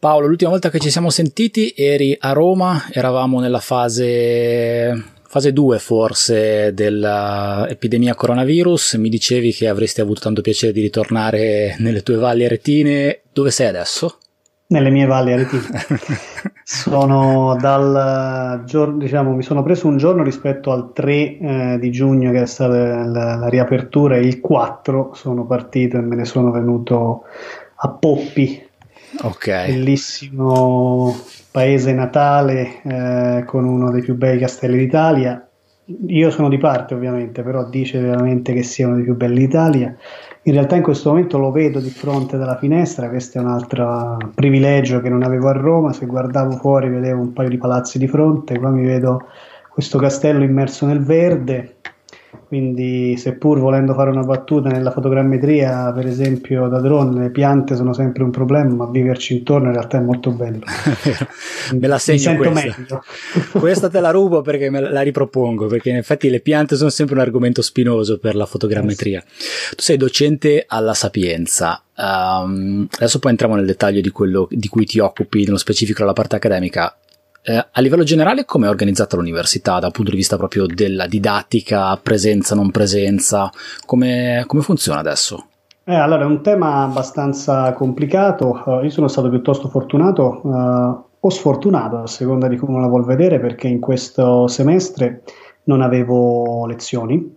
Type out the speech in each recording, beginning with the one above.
Paolo, l'ultima volta che ci siamo sentiti eri a Roma, eravamo nella fase 2 forse dell'epidemia coronavirus, mi dicevi che avresti avuto tanto piacere di ritornare nelle tue valli aretine. Dove sei adesso? Nelle mie valli aretine. Sono dal giorno, diciamo, mi sono preso un giorno rispetto al 3 di giugno che è stata la riapertura, e il 4 sono partito e me ne sono venuto a Poppi, bellissimo paese natale, con uno dei più bei castelli d'Italia. Io sono di parte ovviamente, però dice veramente che sia uno dei più belli d'Italia. In realtà in questo momento lo vedo di fronte dalla finestra, questo è un altro privilegio che non avevo a Roma. Se guardavo fuori vedevo un paio di palazzi di fronte, qua mi vedo questo castello immerso nel verde. Quindi, seppur volendo fare una battuta nella fotogrammetria, per esempio da drone, le piante sono sempre un problema, ma viverci intorno in realtà è molto bello. Me la segno, mi sento questa. meglio. Questa te la rubo perché me la ripropongo, perché in effetti le piante sono sempre un argomento spinoso per la fotogrammetria. Tu sei docente alla Sapienza. Adesso poi entriamo nel dettaglio di quello di cui ti occupi, nello specifico della parte accademica. A livello generale, come è organizzata l'università dal punto di vista proprio della didattica, presenza, non presenza? Come funziona adesso? Allora, è un tema abbastanza complicato. Io sono stato piuttosto fortunato, o sfortunato, a seconda di come uno la vuol vedere, perché in questo semestre non avevo lezioni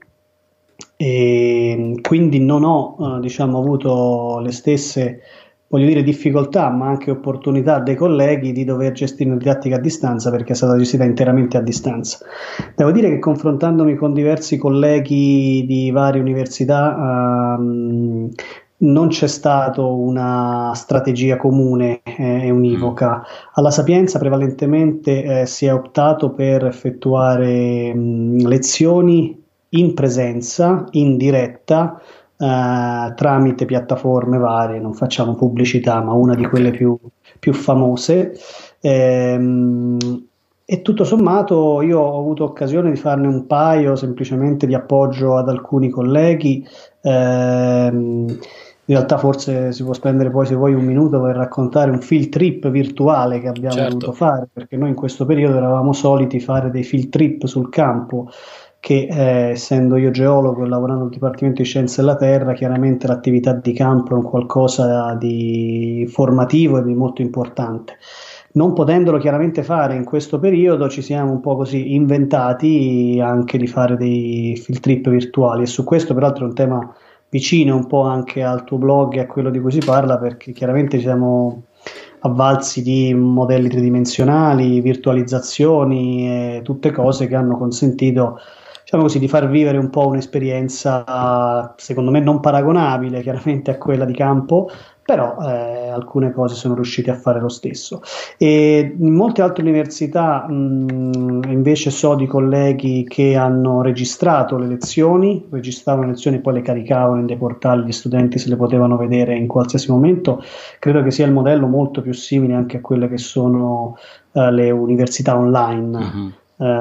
e quindi non ho, diciamo, avuto le stesse, voglio dire, difficoltà, ma anche opportunità dei colleghi di dover gestire una didattica a distanza, perché è stata gestita interamente a distanza. Devo dire che confrontandomi con diversi colleghi di varie università, non c'è stata una strategia comune e univoca. Alla Sapienza prevalentemente si è optato per effettuare lezioni in presenza, in diretta, tramite piattaforme varie. Non facciamo pubblicità, ma una di quelle più famose. E tutto sommato io ho avuto occasione di farne un paio semplicemente di appoggio ad alcuni colleghi. In realtà forse si può spendere poi, se vuoi, un minuto per raccontare un field trip virtuale che abbiamo dovuto fare, perché noi in questo periodo eravamo soliti fare dei field trip sul campo, che essendo io geologo e lavorando al Dipartimento di Scienze della Terra, chiaramente l'attività di campo è un qualcosa di formativo e di molto importante. Non potendolo chiaramente fare in questo periodo, ci siamo un po' così inventati anche di fare dei field trip virtuali, e su questo peraltro è un tema vicino un po' anche al tuo blog e a quello di cui si parla, perché chiaramente ci siamo avvalsi di modelli tridimensionali, virtualizzazioni e tutte cose che hanno consentito, diciamo così, di far vivere un po' un'esperienza secondo me non paragonabile chiaramente a quella di campo, però alcune cose sono riusciti a fare lo stesso. E in molte altre università invece so di colleghi che hanno registrato le lezioni, registravano le lezioni e poi le caricavano in dei portali, gli studenti se le potevano vedere in qualsiasi momento. Credo che sia il modello molto più simile anche a quelle che sono le università online. Uh-huh.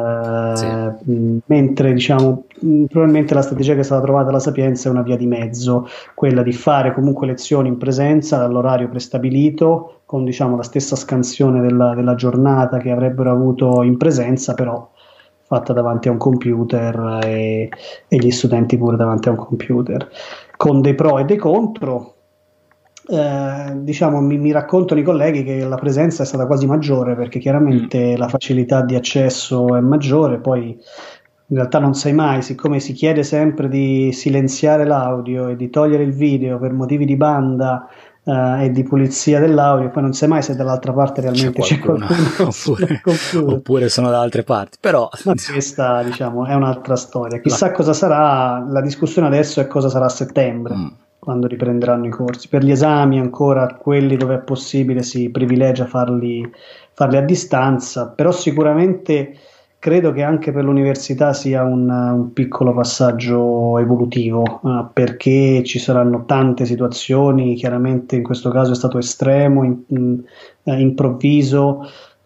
Mentre diciamo probabilmente la strategia che è stata trovata alla Sapienza è una via di mezzo, quella di fare comunque lezioni in presenza dall'orario prestabilito, con diciamo la stessa scansione della giornata che avrebbero avuto in presenza, però fatta davanti a un computer e gli studenti pure davanti a un computer, con dei pro e dei contro. Diciamo mi raccontano i colleghi che la presenza è stata quasi maggiore, perché chiaramente la facilità di accesso è maggiore. Poi in realtà non sai mai, siccome si chiede sempre di silenziare l'audio e di togliere il video per motivi di banda e di pulizia dell'audio, poi non sai mai se dall'altra parte realmente c'è qualcuno oppure sono da altre parti, però ma questa diciamo è un'altra storia. Chissà cosa sarà. La discussione adesso è cosa sarà a settembre, quando riprenderanno i corsi. Per gli esami ancora, quelli dove è possibile, si privilegia farli a distanza, però sicuramente credo che anche per l'università sia un piccolo passaggio evolutivo, perché ci saranno tante situazioni. Chiaramente in questo caso è stato estremo, improvviso,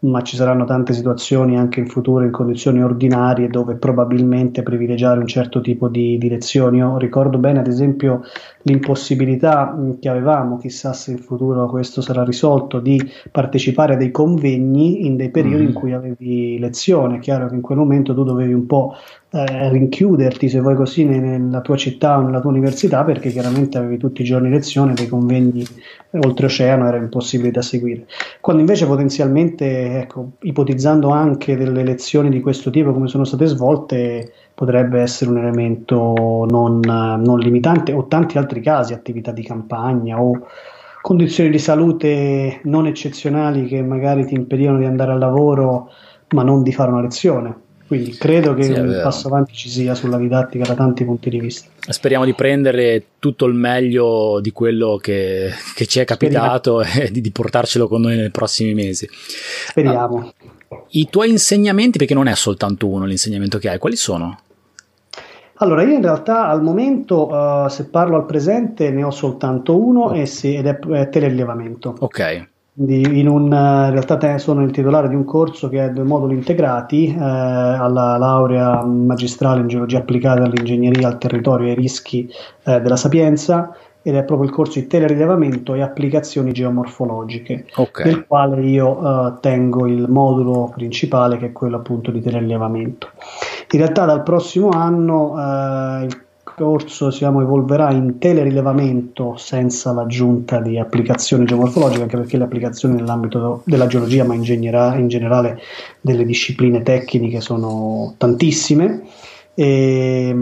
ma ci saranno tante situazioni anche in futuro in condizioni ordinarie dove probabilmente privilegiare un certo tipo di lezioni. Io ricordo bene ad esempio l'impossibilità che avevamo, chissà se in futuro questo sarà risolto, di partecipare a dei convegni in dei periodi in cui avevi lezione. È chiaro che in quel momento tu dovevi un po' rinchiuderti, se vuoi così, nella tua città o nella tua università, perché chiaramente avevi tutti i giorni lezione, dei convegni oltreoceano era impossibile da seguire. Quando invece potenzialmente, ecco, ipotizzando anche delle lezioni di questo tipo come sono state svolte, potrebbe essere un elemento non limitante, o tanti altri casi, attività di campagna o condizioni di salute non eccezionali che magari ti impedivano di andare al lavoro ma non di fare una lezione. Quindi credo che un passo avanti ci sia sulla didattica da tanti punti di vista. Speriamo di prendere tutto il meglio di quello che ci è capitato e di portarcelo con noi nei prossimi mesi. Speriamo. I tuoi insegnamenti, perché non è soltanto uno l'insegnamento che hai, quali sono? Allora, io in realtà al momento, se parlo al presente, ne ho soltanto uno ed è telerilevamento. Ok. In realtà sono il titolare di un corso che ha 2 moduli integrati alla laurea magistrale in geologia applicata all'ingegneria, al territorio e ai rischi della Sapienza, ed è proprio il corso di telerilevamento e applicazioni geomorfologiche, del quale io tengo il modulo principale, che è quello appunto di telerilevamento. In realtà dal prossimo anno il corso evolverà in telerilevamento senza l'aggiunta di applicazioni geomorfologiche, anche perché le applicazioni nell'ambito della geologia, ma in generale delle discipline tecniche, sono tantissime, e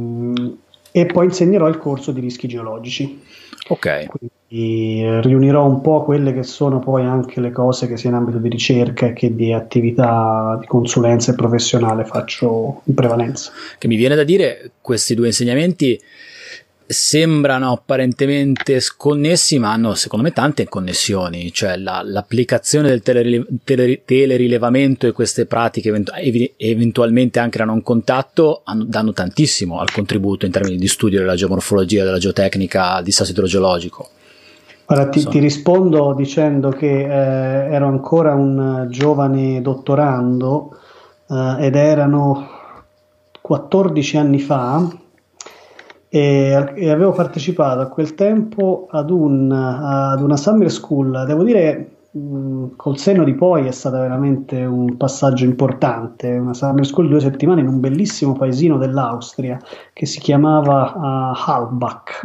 poi insegnerò il corso di rischi geologici. Ok. Quindi riunirò un po' quelle che sono poi anche le cose che sia in ambito di ricerca e che di attività di consulenza e professionale faccio in prevalenza. Che mi viene da dire, questi 2 insegnamenti sembrano apparentemente sconnessi, ma hanno secondo me tante connessioni, cioè l'applicazione del telerilevamento e queste pratiche eventualmente anche da non contatto danno tantissimo al contributo in termini di studio della geomorfologia, della geotecnica, al dissesto idrogeologico. Ora ti rispondo dicendo che ero ancora un giovane dottorando ed erano 14 anni fa, e avevo partecipato a quel tempo ad una summer school. Devo dire, col senno di poi è stato veramente un passaggio importante, una summer school di 2 settimane in un bellissimo paesino dell'Austria che si chiamava Halbach.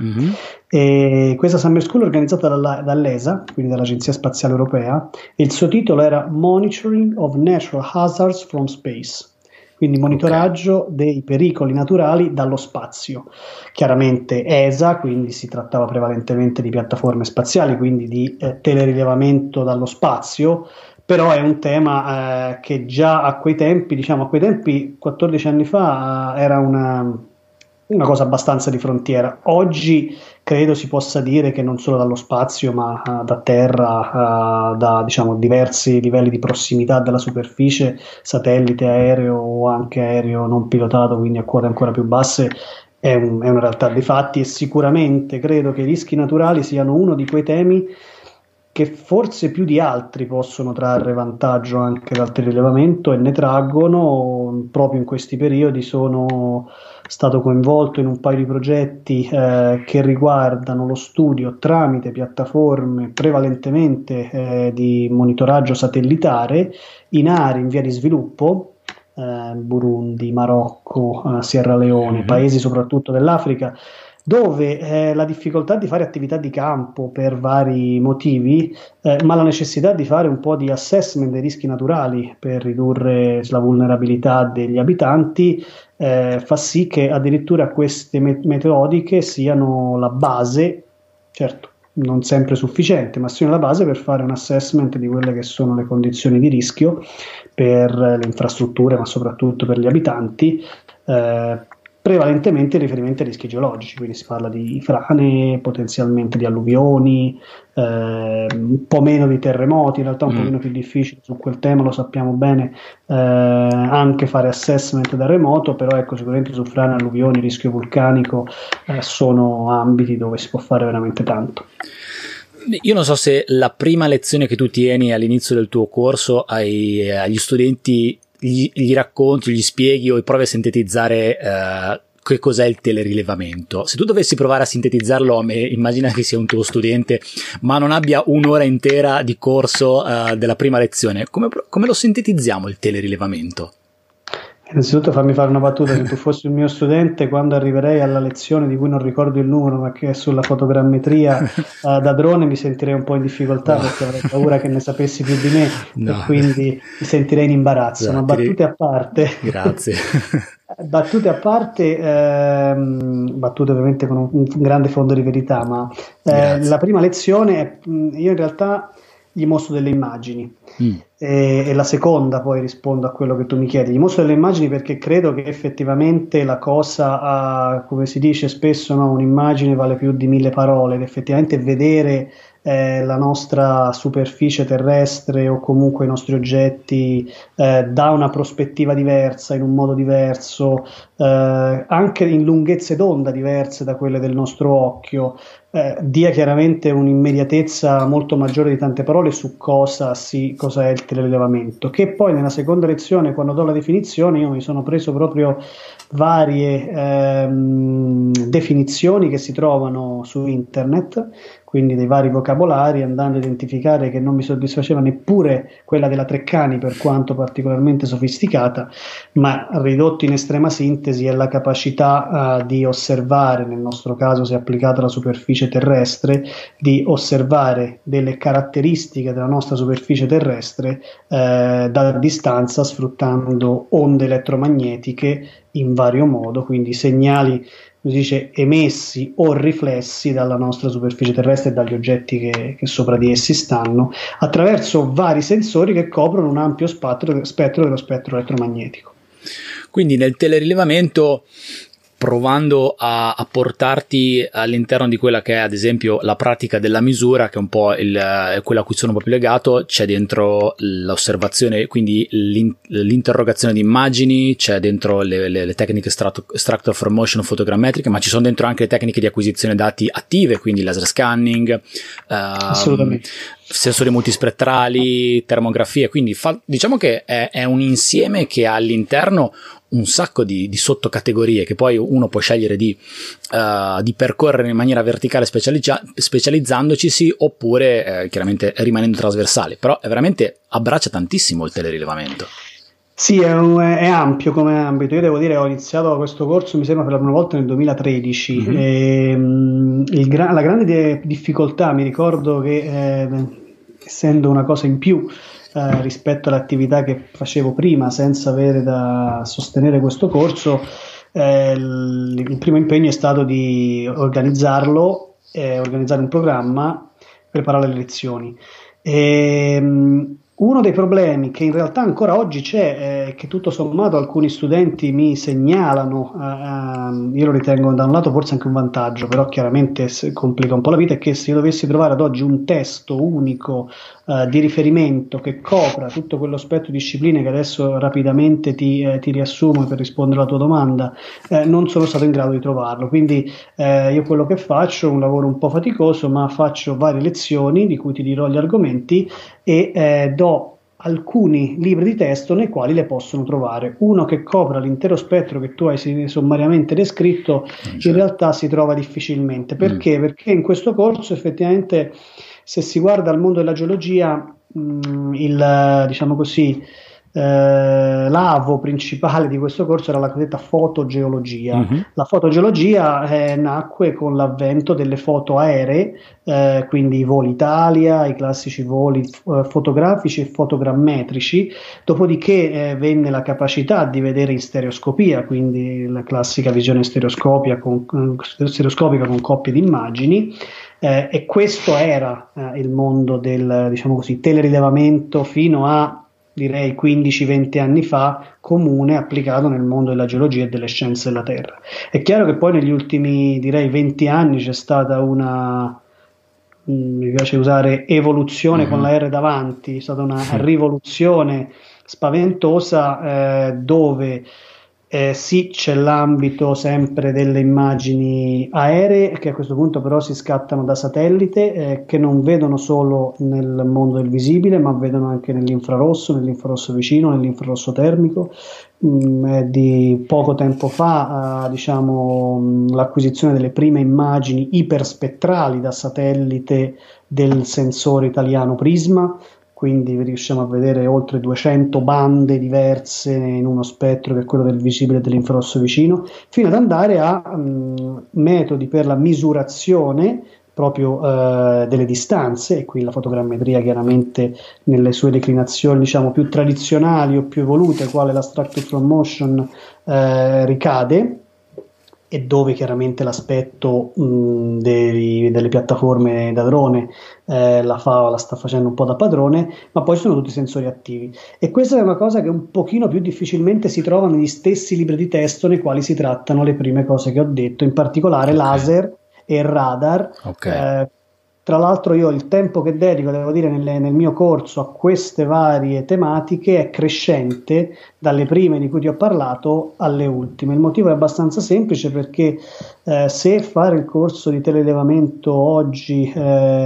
E questa summer school è organizzata dall'ESA, quindi dall'Agenzia Spaziale Europea, e il suo titolo era Monitoring of Natural Hazards from Space, quindi monitoraggio dei pericoli naturali dallo spazio. Chiaramente ESA, quindi si trattava prevalentemente di piattaforme spaziali, quindi di telerilevamento dallo spazio, però è un tema che già a quei tempi, 14 anni fa, era una cosa abbastanza di frontiera. Oggi credo si possa dire che non solo dallo spazio, ma da terra, da diversi livelli di prossimità della superficie, satellite, aereo o anche aereo non pilotato, quindi a quote ancora più basse, è una realtà dei fatti. E sicuramente credo che i rischi naturali siano uno di quei temi che forse più di altri possono trarre vantaggio anche dal telerilevamento, e ne traggono. Proprio in questi periodi sono stato coinvolto in un paio di progetti che riguardano lo studio tramite piattaforme prevalentemente di monitoraggio satellitare in aree in via di sviluppo, Burundi, Marocco, Sierra Leone, paesi soprattutto dell'Africa, dove la difficoltà di fare attività di campo per vari motivi, ma la necessità di fare un po' di assessment dei rischi naturali per ridurre la vulnerabilità degli abitanti, fa sì che addirittura queste metodiche siano la base, certo non sempre sufficiente, ma siano la base per fare un assessment di quelle che sono le condizioni di rischio per le infrastrutture, ma soprattutto per gli abitanti, prevalentemente in riferimento ai rischi geologici. Quindi si parla di frane, potenzialmente di alluvioni, un po' meno di terremoti, in realtà un pochino più difficile su quel tema, lo sappiamo bene, anche fare assessment da remoto, però ecco, sicuramente su frane, alluvioni, rischio vulcanico sono ambiti dove si può fare veramente tanto. Io non so se la prima lezione che tu tieni all'inizio del tuo corso agli studenti gli racconti, gli spieghi o provi a sintetizzare che cos'è il telerilevamento. Se tu dovessi provare a sintetizzarlo, immagina che sia un tuo studente ma non abbia un'ora intera di corso della prima lezione, come lo sintetizziamo il telerilevamento? Innanzitutto fammi fare una battuta: se tu fossi un mio studente, quando arriverei alla lezione di cui non ricordo il numero ma che è sulla fotogrammetria da drone, mi sentirei un po' in difficoltà perché avrei paura che ne sapessi più di me e quindi mi sentirei in imbarazzo. Ma battute a parte, grazie. Battute a parte, battute ovviamente con un grande fondo di verità, ma la prima lezione io in realtà gli mostro delle immagini e la seconda poi rispondo a quello che tu mi chiedi. Gli mostro delle immagini perché credo che effettivamente la cosa, come si dice spesso, no? Un'immagine vale più di 1000 parole, ed effettivamente vedere la nostra superficie terrestre o comunque i nostri oggetti da una prospettiva diversa, in un modo diverso, anche in lunghezze d'onda diverse da quelle del nostro occhio, dia chiaramente un'immediatezza molto maggiore di tante parole su cosa è il telerilevamento, che poi nella seconda lezione, quando do la definizione, io mi sono preso proprio varie definizioni che si trovano su internet, quindi dei vari vocabolari, andando a identificare che non mi soddisfaceva neppure quella della Treccani, per quanto particolarmente sofisticata, ma ridotto in estrema sintesi è la capacità di osservare, nel nostro caso se applicata alla superficie terrestre, di osservare delle caratteristiche della nostra superficie terrestre da distanza, sfruttando onde elettromagnetiche in vario modo, quindi segnali, si dice, emessi o riflessi dalla nostra superficie terrestre e dagli oggetti che sopra di essi stanno, attraverso vari sensori che coprono un ampio spettro dello spettro elettromagnetico. Quindi nel telerilevamento, provando a portarti all'interno di quella che è ad esempio la pratica della misura, che è un po' quella a cui sono un po' più legato, c'è dentro l'osservazione, quindi l'interrogazione di immagini, c'è dentro le tecniche structure for motion fotogrammetriche, ma ci sono dentro anche le tecniche di acquisizione dati attive, quindi laser scanning, assolutamente, sensori multispettrali, termografia, quindi diciamo che è un insieme che ha all'interno un sacco di sottocategorie che poi uno può scegliere di percorrere in maniera verticale specializzandocisi, oppure chiaramente rimanendo trasversali, però veramente abbraccia tantissimo il telerilevamento. Sì, è ampio come ambito. Io devo dire, ho iniziato questo corso, mi sembra, per la prima volta nel 2013. E, la grande difficoltà, mi ricordo che essendo una cosa in più rispetto all'attività che facevo prima, senza avere da sostenere questo corso, il primo impegno è stato di organizzare un programma, preparare le lezioni. Uno dei problemi che in realtà ancora oggi c'è, che tutto sommato alcuni studenti mi segnalano, io lo ritengo da un lato forse anche un vantaggio, però chiaramente complica un po' la vita, è che se io dovessi trovare ad oggi un testo unico di riferimento che copra tutto quello spettro di discipline che adesso rapidamente ti riassumo per rispondere alla tua domanda, non sono stato in grado di trovarlo. Quindi io quello che faccio è un lavoro un po' faticoso, ma faccio varie lezioni di cui ti dirò gli argomenti e do alcuni libri di testo nei quali le possono trovare. Uno che copra l'intero spettro che tu hai sommariamente descritto in realtà si trova difficilmente. Perché? Perché in questo corso effettivamente, se si guarda al mondo della geologia, diciamo così, l'avo principale di questo corso era la cosiddetta fotogeologia. La fotogeologia nacque con l'avvento delle foto aeree, quindi i voli Italia, i classici voli fotografici e fotogrammetrici, dopodiché venne la capacità di vedere in stereoscopia, quindi la classica visione stereoscopica con coppie di immagini. E questo era il mondo del, diciamo così, telerilevamento fino a, direi, 15-20 anni fa, comune, applicato nel mondo della geologia e delle scienze della Terra. È chiaro che poi negli ultimi, direi, 20 anni c'è stata una, mi piace usare evoluzione con la R davanti, è stata una rivoluzione spaventosa, dove Sì, c'è l'ambito sempre delle immagini aeree che a questo punto però si scattano da satellite, che non vedono solo nel mondo del visibile, ma vedono anche nell'infrarosso vicino, nell'infrarosso termico. È di poco tempo fa, diciamo, l'acquisizione delle prime immagini iperspettrali da satellite del sensore italiano Prisma, quindi riusciamo a vedere oltre 200 bande diverse in uno spettro che è quello del visibile e dell'infrarosso vicino, fino ad andare a metodi per la misurazione proprio delle distanze, e qui la fotogrammetria chiaramente nelle sue declinazioni diciamo più tradizionali o più evolute, quale la structure from motion ricade, e dove chiaramente l'aspetto delle piattaforme da drone la sta facendo un po' da padrone, ma poi sono tutti sensori attivi, e questa è una cosa che un pochino più difficilmente si trova negli stessi libri di testo nei quali si trattano le prime cose che ho detto, in particolare laser e radar. Tra l'altro io il tempo che dedico, devo dire, nel mio corso a queste varie tematiche è crescente dalle prime di cui ti ho parlato alle ultime. Il motivo è abbastanza semplice, perché se fare il corso di telerilevamento oggi,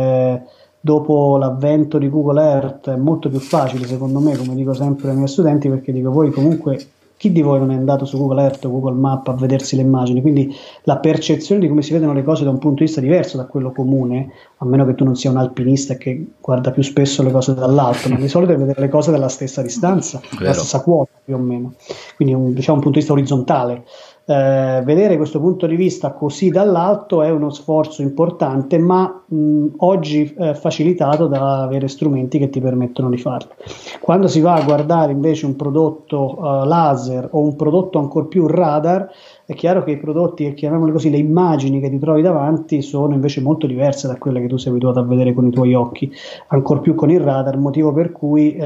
dopo l'avvento di Google Earth, è molto più facile secondo me, come dico sempre ai miei studenti, perché dico, voi comunque, chi di voi non è andato su Google Earth o Google Map a vedersi le immagini? Quindi la percezione di come si vedono le cose da un punto di vista diverso da quello comune, a meno che tu non sia un alpinista che guarda più spesso le cose dall'alto, ma di solito è vedere le cose dalla stessa distanza, dalla stessa quota più o meno, quindi diciamo un punto di vista orizzontale. Vedere questo punto di vista così dall'alto è uno sforzo importante, ma oggi facilitato da avere strumenti che ti permettono di farlo. Quando si va a guardare invece un prodotto laser o un prodotto ancor più radar, è chiaro che i prodotti, chiamiamoli così, le immagini che ti trovi davanti sono invece molto diverse da quelle che tu sei abituato a vedere con i tuoi occhi, ancor più con il radar, motivo per cui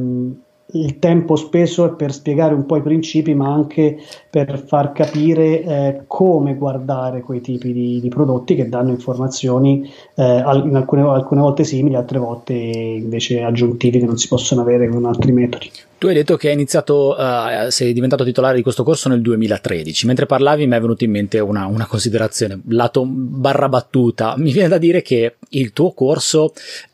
il tempo speso è per spiegare un po' i principi, ma anche per far capire come guardare quei tipi di prodotti che danno informazioni in alcune volte simili, altre volte invece aggiuntivi, che non si possono avere con altri metodi. Tu hai detto che hai iniziato, sei diventato titolare di questo corso nel 2013. Mentre parlavi mi è venuta in mente una considerazione, lato barra battuta. Mi viene da dire che il tuo corso...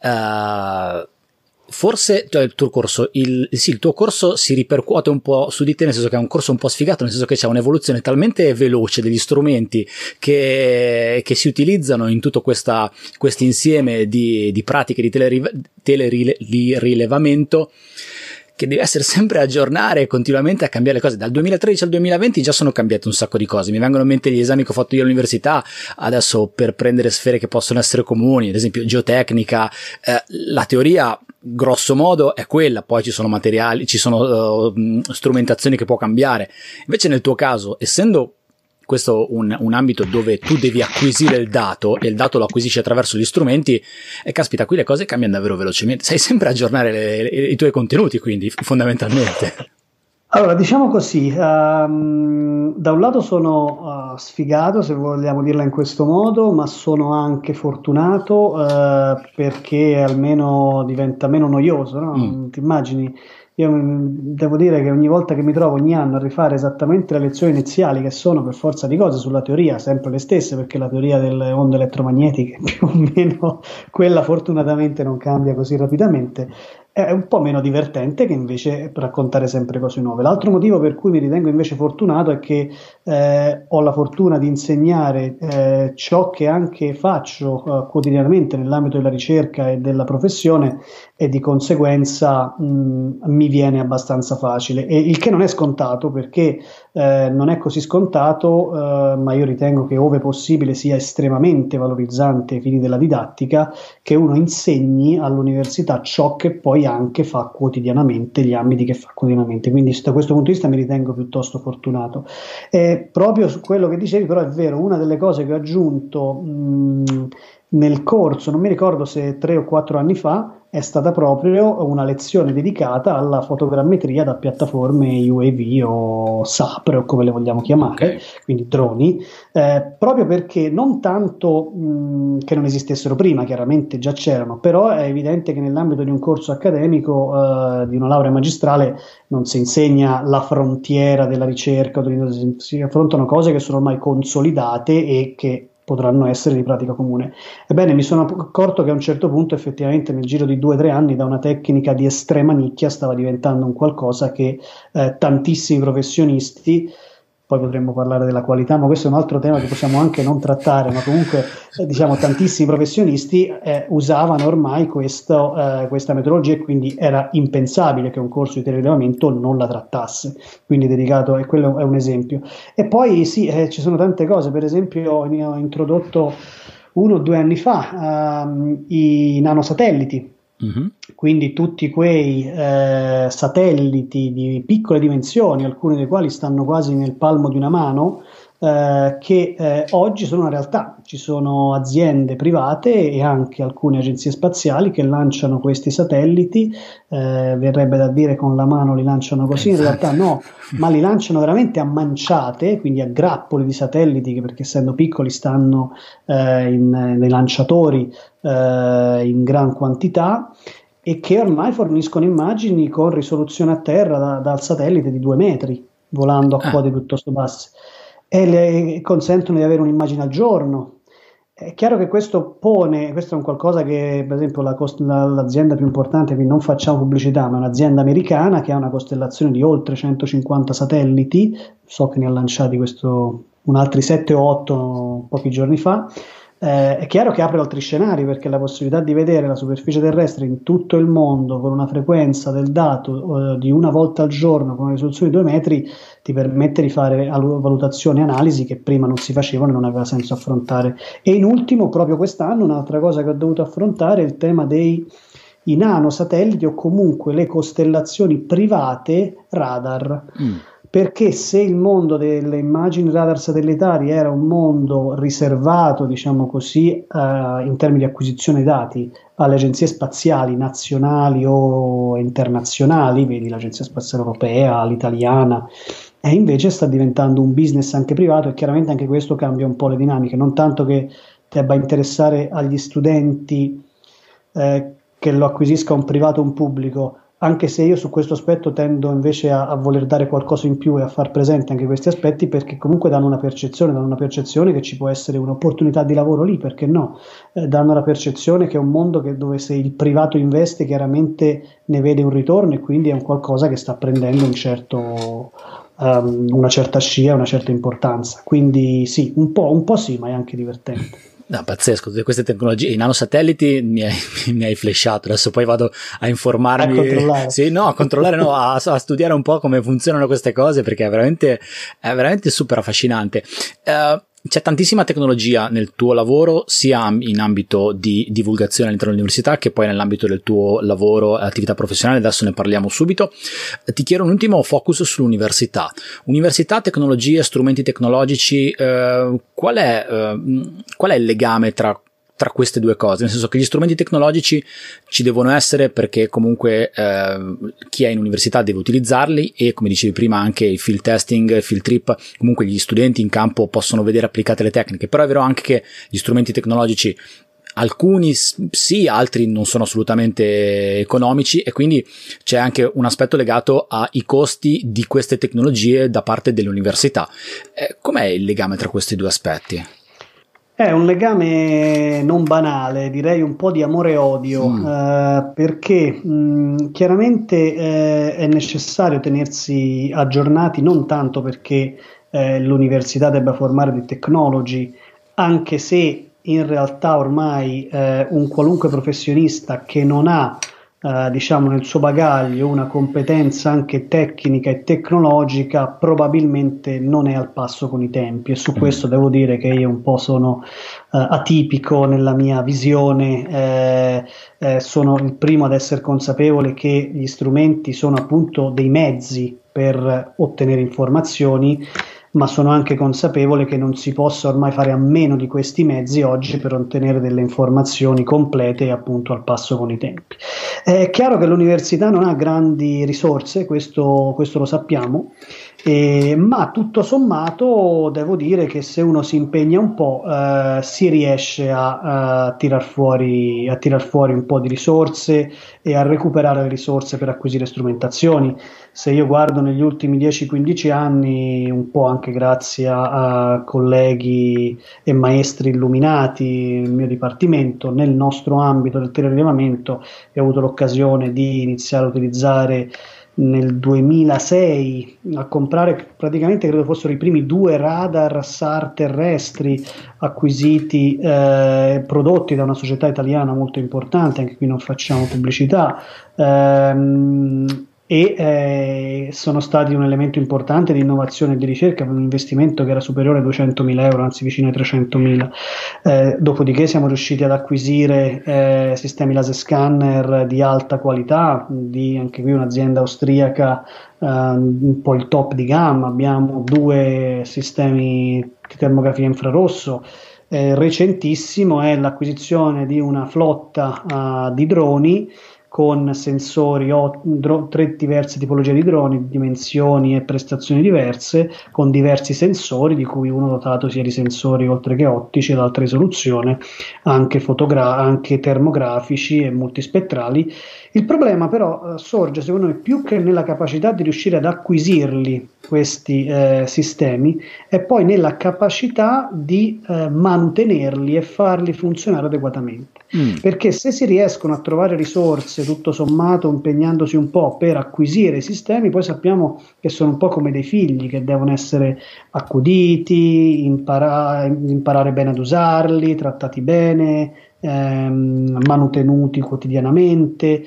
forse il tuo corso si ripercuote un po' su di te, nel senso che è un corso un po' sfigato, nel senso che c'è un'evoluzione talmente veloce degli strumenti che si utilizzano in tutto questo insieme di pratiche di telerilevamento, che deve essere sempre aggiornare e continuamente a cambiare le cose. Dal 2013 al 2020 già sono cambiate un sacco di cose. Mi vengono in mente gli esami che ho fatto io all'università adesso per prendere sfere che possono essere comuni, ad esempio geotecnica. La teoria grosso modo è quella, poi ci sono materiali, ci sono strumentazioni che può cambiare. Invece nel tuo caso, essendo questo un ambito dove tu devi acquisire il dato e il dato lo acquisisci attraverso gli strumenti, e caspita, qui le cose cambiano davvero velocemente, sai sempre aggiornare i tuoi contenuti, quindi fondamentalmente. Allora, diciamo così, da un lato sono sfigato, se vogliamo dirla in questo modo, ma sono anche fortunato perché almeno diventa meno noioso, no? Ti immagini? Io devo dire che ogni volta che mi trovo ogni anno a rifare esattamente le lezioni iniziali, che sono per forza di cose sulla teoria sempre le stesse, perché la teoria delle onde elettromagnetiche più o meno quella fortunatamente non cambia così rapidamente, è un po' meno divertente che invece raccontare sempre cose nuove. L'altro motivo per cui mi ritengo invece fortunato è che ho la fortuna di insegnare ciò che anche faccio quotidianamente nell'ambito della ricerca e della professione, e di conseguenza mi viene abbastanza facile, e il che non è scontato, perché non è così scontato, ma io ritengo che ove possibile sia estremamente valorizzante ai fini della didattica che uno insegni all'università ciò che poi anche fa quotidianamente, gli ambiti che fa quotidianamente, quindi da questo punto di vista mi ritengo piuttosto fortunato. Proprio su quello che dicevi, però è vero, una delle cose che ho aggiunto nel corso, non mi ricordo se 3 o 4 anni fa, è stata proprio una lezione dedicata alla fotogrammetria da piattaforme UAV o SAPR, o come le vogliamo chiamare, quindi droni, proprio perché non tanto che non esistessero prima, chiaramente già c'erano, però è evidente che nell'ambito di un corso accademico, di una laurea magistrale, non si insegna la frontiera della ricerca, si affrontano cose che sono ormai consolidate e che potranno essere di pratica comune. Ebbene, mi sono accorto che a un certo punto, effettivamente, nel giro di 2 o 3 anni, da una tecnica di estrema nicchia stava diventando un qualcosa che tantissimi professionisti, poi potremmo parlare della qualità, ma questo è un altro tema che possiamo anche non trattare, ma comunque diciamo tantissimi professionisti usavano ormai questa metodologia, e quindi era impensabile che un corso di telerilevamento non la trattasse, quindi dedicato, e quello è un esempio. E poi sì, ci sono tante cose, per esempio ho introdotto 1 o 2 anni fa i nanosatelliti. Mm-hmm. Quindi tutti quei satelliti di piccole dimensioni, alcuni dei quali stanno quasi nel palmo di una mano, che oggi sono una realtà. Ci sono aziende private e anche alcune agenzie spaziali che lanciano questi satelliti, verrebbe da dire con la mano li lanciano così, in realtà no, ma li lanciano veramente a manciate, quindi a grappoli di satelliti, perché essendo piccoli stanno nei lanciatori in gran quantità, e che ormai forniscono immagini con risoluzione a terra dal satellite di 2 metri, volando a quote piuttosto basse, e le consentono di avere un'immagine al giorno. È chiaro che questo è un qualcosa che, per esempio, l'azienda più importante, quindi non facciamo pubblicità, ma è un'azienda americana che ha una costellazione di oltre 150 satelliti, so che ne ha lanciati un altri 7 o 8 pochi giorni fa. È chiaro che apre altri scenari, perché la possibilità di vedere la superficie terrestre in tutto il mondo con una frequenza del dato di 1 volta al giorno con una risoluzione di 2 metri ti permette di fare valutazioni e analisi che prima non si facevano e non aveva senso affrontare. E in ultimo, proprio quest'anno, un'altra cosa che ho dovuto affrontare è il tema dei nanosatelliti, o comunque le costellazioni private radar. Perché se il mondo delle immagini radar satellitari era un mondo riservato, diciamo così, in termini di acquisizione dati alle agenzie spaziali nazionali o internazionali, vedi l'Agenzia Spaziale Europea, l'italiana, e invece sta diventando un business anche privato, e chiaramente anche questo cambia un po' le dinamiche, non tanto che debba interessare agli studenti che lo acquisisca un privato o un pubblico, anche se io su questo aspetto tendo invece a voler dare qualcosa in più e a far presente anche questi aspetti, perché comunque danno una percezione che ci può essere un'opportunità di lavoro lì, perché no? Danno la percezione che è un mondo dove se il privato investe chiaramente ne vede un ritorno, e quindi è un qualcosa che sta prendendo una certa scia, una certa importanza. Quindi sì, un po' sì, ma è anche divertente. No, pazzesco, tutte queste tecnologie, i nanosatelliti mi hai flashato, adesso poi vado a informarmi, a controllare, sì, no, a controllare, no, a studiare un po' come funzionano queste cose, perché è veramente super affascinante. C'è tantissima tecnologia nel tuo lavoro, sia in ambito di divulgazione all'interno dell'università che poi nell'ambito del tuo lavoro e attività professionale, adesso ne parliamo subito. Ti chiedo un ultimo focus sull'università. Università, tecnologie, strumenti tecnologici, qual è il legame tra queste due cose? Nel senso che gli strumenti tecnologici ci devono essere, perché comunque chi è in università deve utilizzarli, e come dicevi prima anche il field testing, il field trip, comunque gli studenti in campo possono vedere applicate le tecniche. Però è vero anche che gli strumenti tecnologici, alcuni sì, altri non sono assolutamente economici, e quindi c'è anche un aspetto legato ai costi di queste tecnologie da parte dell'università. Com'è il legame tra questi due aspetti? È un legame non banale, direi un po' di amore e odio, perché chiaramente è necessario tenersi aggiornati, non tanto perché l'università debba formare dei technology, anche se in realtà ormai un qualunque professionista che non ha diciamo nel suo bagaglio una competenza anche tecnica e tecnologica probabilmente non è al passo con i tempi, e su questo devo dire che io un po' sono atipico nella mia visione. Sono il primo ad essere consapevole che gli strumenti sono appunto dei mezzi per ottenere informazioni, ma sono anche consapevole che non si possa ormai fare a meno di questi mezzi oggi per ottenere delle informazioni complete e appunto al passo con i tempi. È chiaro che l'università non ha grandi risorse, questo lo sappiamo, ma tutto sommato devo dire che se uno si impegna un po' si riesce a tirar fuori un po' di risorse e a recuperare le risorse per acquisire strumentazioni. Se io guardo negli ultimi 10-15 anni, un po' anche grazie a colleghi e maestri illuminati nel mio dipartimento, nel nostro ambito del telerilevamento, ho avuto l'occasione di iniziare a utilizzare nel 2006 a comprare praticamente, credo fossero i primi 2 radar SAR terrestri acquisiti, prodotti da una società italiana molto importante, anche qui non facciamo pubblicità, sono stati un elemento importante di innovazione e di ricerca, per un investimento che era superiore ai 200.000 euro, anzi vicino ai 300.000. Dopodiché siamo riusciti ad acquisire sistemi laser scanner di alta qualità, di anche qui un'azienda austriaca, un po' il top di gamma. Abbiamo 2 sistemi di termografia infrarosso. Recentissimo è l'acquisizione di una flotta di droni con sensori, 3 diverse tipologie di droni, dimensioni e prestazioni diverse, con diversi sensori, di cui uno dotato sia di sensori oltre che ottici ad alta risoluzione, anche termografici e multispettrali. Il problema però sorge, secondo me, più che nella capacità di riuscire ad acquisirli questi sistemi, è poi nella capacità di mantenerli e farli funzionare adeguatamente. Perché se si riescono a trovare risorse, tutto sommato impegnandosi un po' per acquisire i sistemi, poi sappiamo che sono un po' come dei figli che devono essere accuditi, imparare bene ad usarli, trattati bene, manutenuti quotidianamente.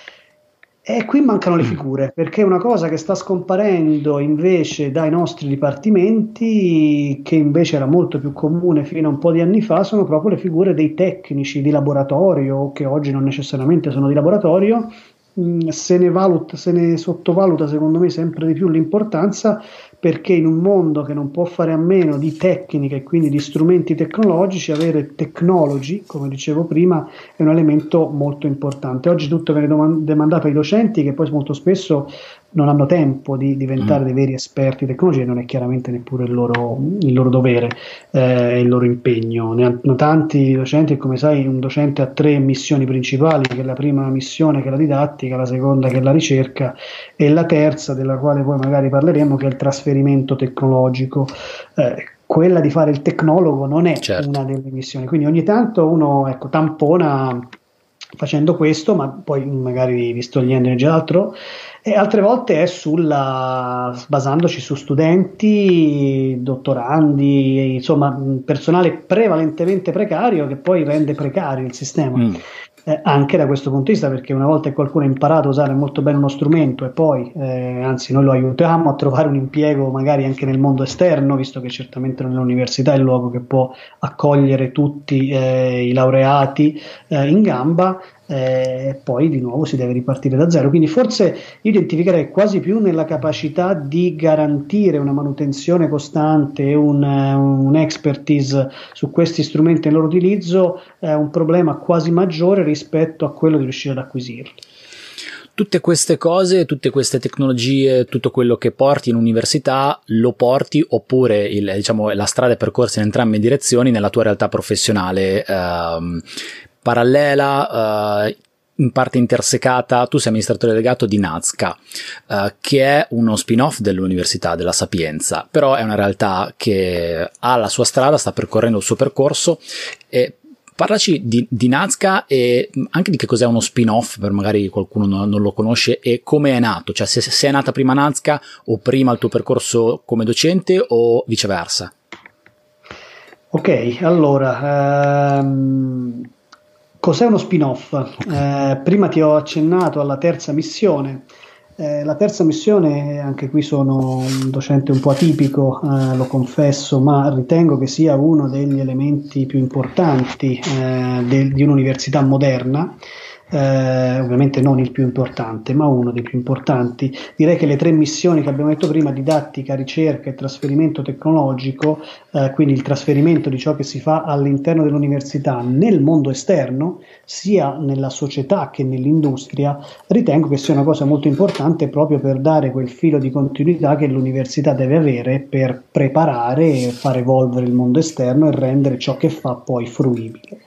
E qui mancano le figure, perché una cosa che sta scomparendo invece dai nostri dipartimenti, che invece era molto più comune fino a un po' di anni fa, sono proprio le figure dei tecnici di laboratorio, che oggi non necessariamente sono di laboratorio. Se ne sottovaluta secondo me sempre di più l'importanza, perché in un mondo che non può fare a meno di tecnica e quindi di strumenti tecnologici, avere technology, come dicevo prima, è un elemento molto importante. Oggi tutto viene demandato ai docenti, che poi molto spesso non hanno tempo di diventare dei veri esperti di tecnologia, e non è chiaramente neppure il loro dovere, il loro impegno. Ne hanno tanti docenti, e come sai un docente ha 3 missioni principali, che è la prima missione che è la didattica, la seconda che è la ricerca, e la terza, della quale poi magari parleremo, che è il trasferimento tecnologico. Quella di fare il tecnologo non è una delle missioni, quindi ogni tanto uno tampona facendo questo, ma poi magari distogliendo già altro, e altre volte è basandoci su studenti, dottorandi, insomma personale prevalentemente precario, che poi rende precario il sistema. Anche da questo punto di vista, perché una volta che qualcuno ha imparato a usare molto bene uno strumento e poi anzi noi lo aiutiamo a trovare un impiego magari anche nel mondo esterno, visto che certamente nell'università è il luogo che può accogliere tutti i laureati in gamba, poi di nuovo si deve ripartire da zero. Quindi forse io identificherei quasi più nella capacità di garantire una manutenzione costante e un expertise su questi strumenti e il loro utilizzo, un problema quasi maggiore rispetto a quello di riuscire ad acquisirli. Tutte queste cose, tutte queste tecnologie, tutto quello che porti in università lo porti, oppure la strada è percorsa in entrambe le direzioni nella tua realtà professionale parallela, in parte intersecata. Tu sei amministratore delegato di Nazca, che è uno spin-off dell'Università della Sapienza, però è una realtà che ha la sua strada, sta percorrendo il suo percorso. E parlaci di Nazca e anche di che cos'è uno spin-off, per magari qualcuno non lo conosce, e come è nato, cioè se è nata prima Nazca o prima il tuo percorso come docente o viceversa. Ok, allora cos'è uno spin-off? Prima ti ho accennato alla terza missione. La terza missione, anche qui sono un docente un po' atipico, lo confesso, ma ritengo che sia uno degli elementi più importanti di un'università moderna, ovviamente non il più importante, ma uno dei più importanti. Direi che le 3 missioni che abbiamo detto prima, didattica, ricerca e trasferimento tecnologico, quindi il trasferimento di ciò che si fa all'interno dell'università nel mondo esterno, sia nella società che nell'industria, ritengo che sia una cosa molto importante proprio per dare quel filo di continuità che l'università deve avere per preparare e far evolvere il mondo esterno e rendere ciò che fa poi fruibile.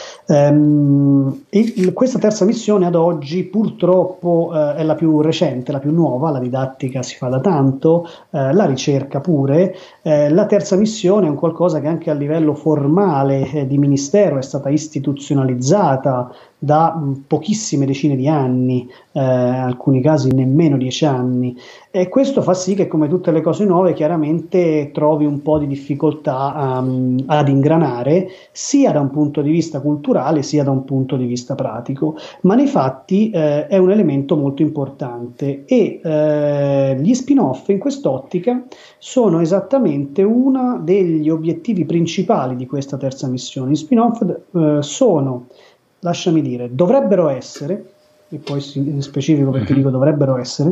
Questa terza missione ad oggi purtroppo è la più recente, la più nuova, la didattica si fa da tanto, la ricerca pure. La terza missione è un qualcosa che anche a livello formale di ministero è stata istituzionalizzata da pochissime decine di anni, in alcuni casi nemmeno 10 anni, e questo fa sì che, come tutte le cose nuove, chiaramente trovi un po' di difficoltà ad ingranare, sia da un punto di vista culturale sia da un punto di vista pratico, ma nei fatti è un elemento molto importante, e gli spin-off in quest'ottica sono esattamente uno degli obiettivi principali di questa terza missione. Gli spin-off sono, lasciami dire, dovrebbero essere, e poi in specifico perché dico dovrebbero essere,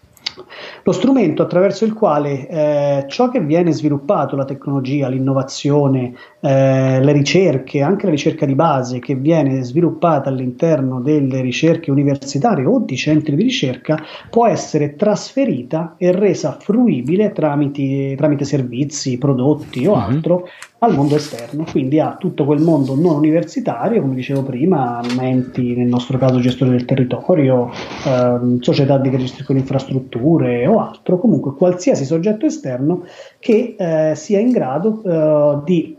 lo strumento attraverso il quale ciò che viene sviluppato, la tecnologia, l'innovazione, le ricerche, anche la ricerca di base che viene sviluppata all'interno delle ricerche universitarie o di centri di ricerca, può essere trasferita e resa fruibile tramite servizi, prodotti o altro al mondo esterno, quindi a tutto quel mondo non universitario, come dicevo prima, enti, nel nostro caso gestori del territorio, società che gestiscono infrastrutture o altro, comunque qualsiasi soggetto esterno che sia in grado di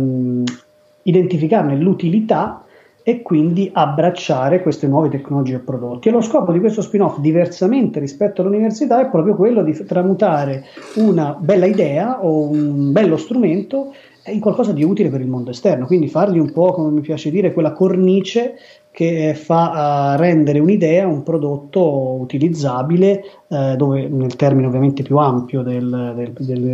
identificarne l'utilità e quindi abbracciare queste nuove tecnologie e prodotti. E lo scopo di questo spin-off, diversamente rispetto all'università, è proprio quello di tramutare una bella idea o un bello strumento in qualcosa di utile per il mondo esterno, quindi fargli un po', come mi piace dire, quella cornice che fa rendere un'idea un prodotto utilizzabile, dove, nel termine ovviamente più ampio del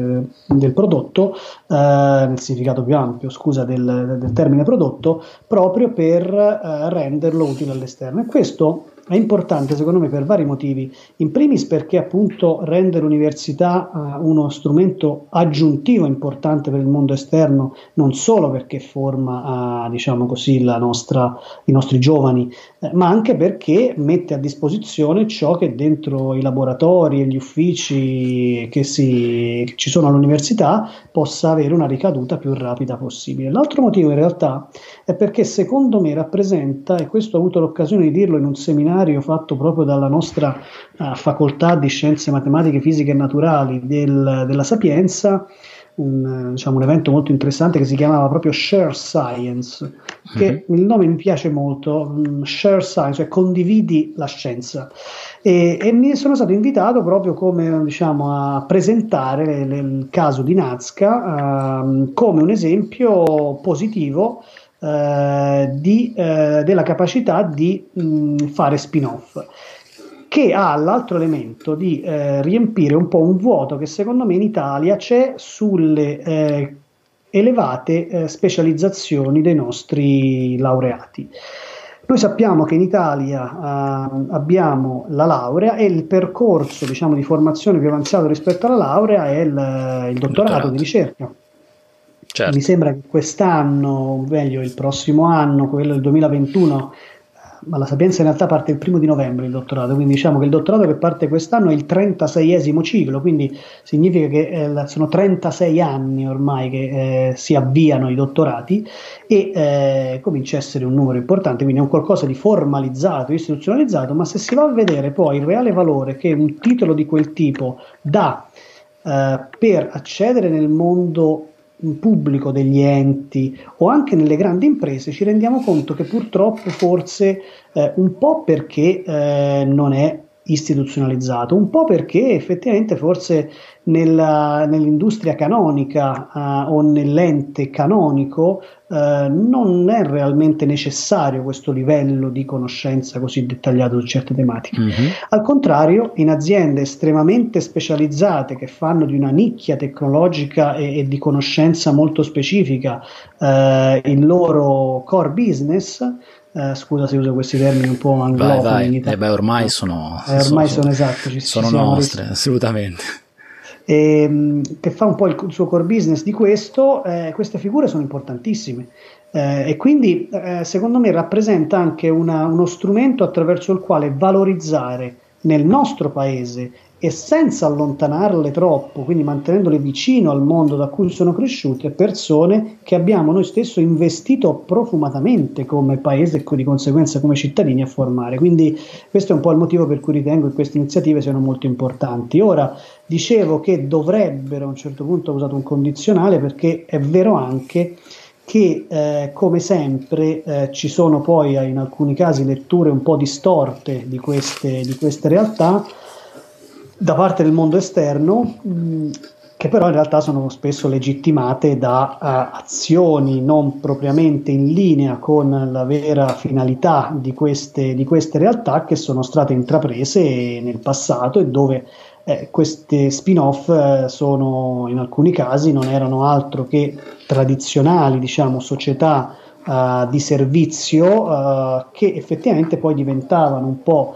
prodotto, nel significato più ampio, scusa, del termine prodotto, proprio per renderlo utile all'esterno. E questo è importante secondo me per vari motivi, in primis perché appunto rende l'università uno strumento aggiuntivo importante per il mondo esterno, non solo perché forma diciamo così i nostri giovani, ma anche perché mette a disposizione ciò che dentro i laboratori e gli uffici che ci sono all'università possa avere una ricaduta più rapida possibile. L'altro motivo in realtà è perché secondo me rappresenta, e questo ho avuto l'occasione di dirlo in un seminario fatto proprio dalla nostra facoltà di scienze matematiche, fisiche e naturali della Sapienza, un evento molto interessante che si chiamava proprio Share Science, che il nome mi piace molto, Share Science, cioè condividi la scienza, e mi sono stato invitato proprio come, diciamo, a presentare il caso di Nazca come un esempio positivo della capacità di fare spin-off, che ha l'altro elemento di riempire un po' un vuoto che secondo me in Italia c'è sulle elevate specializzazioni dei nostri laureati. Noi sappiamo che in Italia abbiamo la laurea, e il percorso, diciamo, di formazione più avanzato rispetto alla laurea è il dottorato di ricerca. Certo. Mi sembra che quest'anno, o meglio il prossimo anno, quello del 2021, ma la Sapienza in realtà parte il 1° novembre il dottorato, quindi diciamo che il dottorato che parte quest'anno è il 36esimo ciclo, quindi significa che sono 36 anni ormai che si avviano i dottorati, e comincia a essere un numero importante, quindi è un qualcosa di formalizzato, istituzionalizzato, ma se si va a vedere poi il reale valore che un titolo di quel tipo dà per accedere nel mondo pubblico degli enti o anche nelle grandi imprese, ci rendiamo conto che purtroppo forse un po' perché non è istituzionalizzato, un po' perché effettivamente forse nell'industria canonica o nell'ente canonico non è realmente necessario questo livello di conoscenza così dettagliato su certe tematiche. Al contrario, in aziende estremamente specializzate che fanno di una nicchia tecnologica e di conoscenza molto specifica il loro core business, scusa se uso questi termini un po' anglofoni in Italia. Ormai sono esatto, sono nostre, assolutamente. Che fa un po' il suo core business di questo, queste figure sono importantissime. E quindi secondo me rappresenta anche uno strumento attraverso il quale valorizzare nel nostro paese e senza allontanarle troppo, quindi mantenendole vicino al mondo da cui sono cresciute, persone che abbiamo noi stesso investito profumatamente come paese e di conseguenza come cittadini a formare. Quindi questo è un po' il motivo per cui ritengo che queste iniziative siano molto importanti. Ora, dicevo che dovrebbero, a un certo punto ho usato un condizionale, perché è vero anche che come sempre ci sono poi in alcuni casi letture un po' distorte di queste realtà da parte del mondo esterno, che però in realtà sono spesso legittimate da azioni non propriamente in linea con la vera finalità di queste realtà, che sono state intraprese nel passato e dove queste spin-off sono, in alcuni casi, non erano altro che tradizionali, diciamo, società di servizio che effettivamente poi diventavano un po'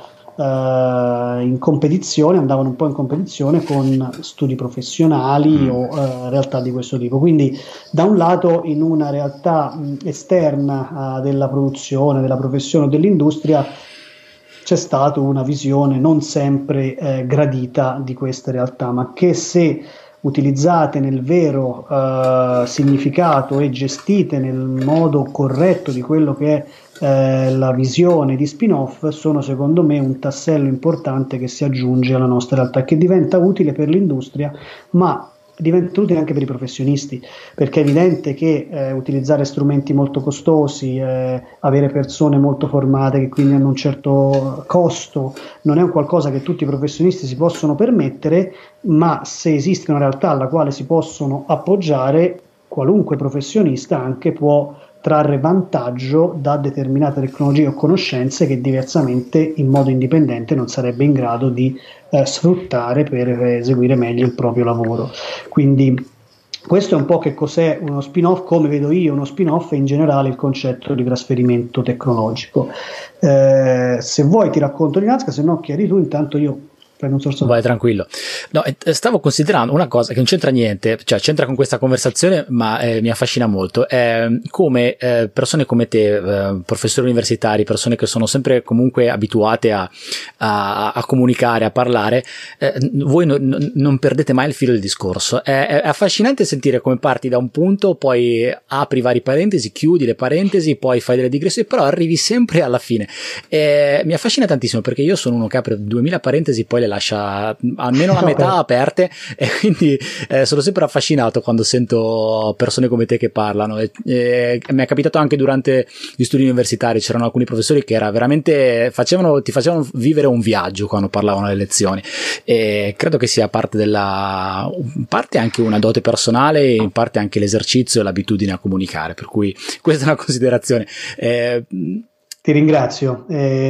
in competizione, andavano un po' in competizione con studi professionali o realtà di questo tipo. Quindi da un lato, in una realtà esterna della produzione, della professione o dell'industria, c'è stata una visione non sempre gradita di queste realtà, ma che, se utilizzate nel vero significato e gestite nel modo corretto di quello che è la visione di spin-off, sono secondo me un tassello importante che si aggiunge alla nostra realtà, che diventa utile per l'industria, ma diventa utile anche per i professionisti, perché è evidente che utilizzare strumenti molto costosi, avere persone molto formate che quindi hanno un certo costo, non è un qualcosa che tutti i professionisti si possono permettere, ma se esiste una realtà alla quale si possono appoggiare, qualunque professionista anche può trarre vantaggio da determinate tecnologie o conoscenze che diversamente, in modo indipendente, non sarebbe in grado di sfruttare per eseguire meglio il proprio lavoro. Quindi questo è un po' che cos'è uno spin-off, come vedo io uno spin-off, e in generale il concetto di trasferimento tecnologico. Se vuoi ti racconto di Nazca, se no chiedi tu, intanto io prendo un sorso. Vai tranquillo. No, stavo considerando una cosa che non c'entra niente, cioè c'entra con questa conversazione, ma mi affascina molto. Come persone come te, professori universitari, persone che sono sempre comunque abituate a comunicare, a parlare, voi non perdete mai il filo del discorso. È affascinante sentire come parti da un punto, poi apri vari parentesi, chiudi le parentesi, poi fai delle digressioni, però arrivi sempre alla fine. Mi affascina tantissimo, perché io sono uno che apre 2000 parentesi, poi le lascia almeno la metà aperte, e quindi sono sempre affascinato quando sento persone come te che parlano. Mi è capitato anche durante gli studi universitari, c'erano alcuni professori che era veramente ti facevano vivere un viaggio quando parlavano alle lezioni, e credo che sia parte anche una dote personale, e in parte anche l'esercizio e l'abitudine a comunicare, per cui questa è una considerazione. Ti ringrazio,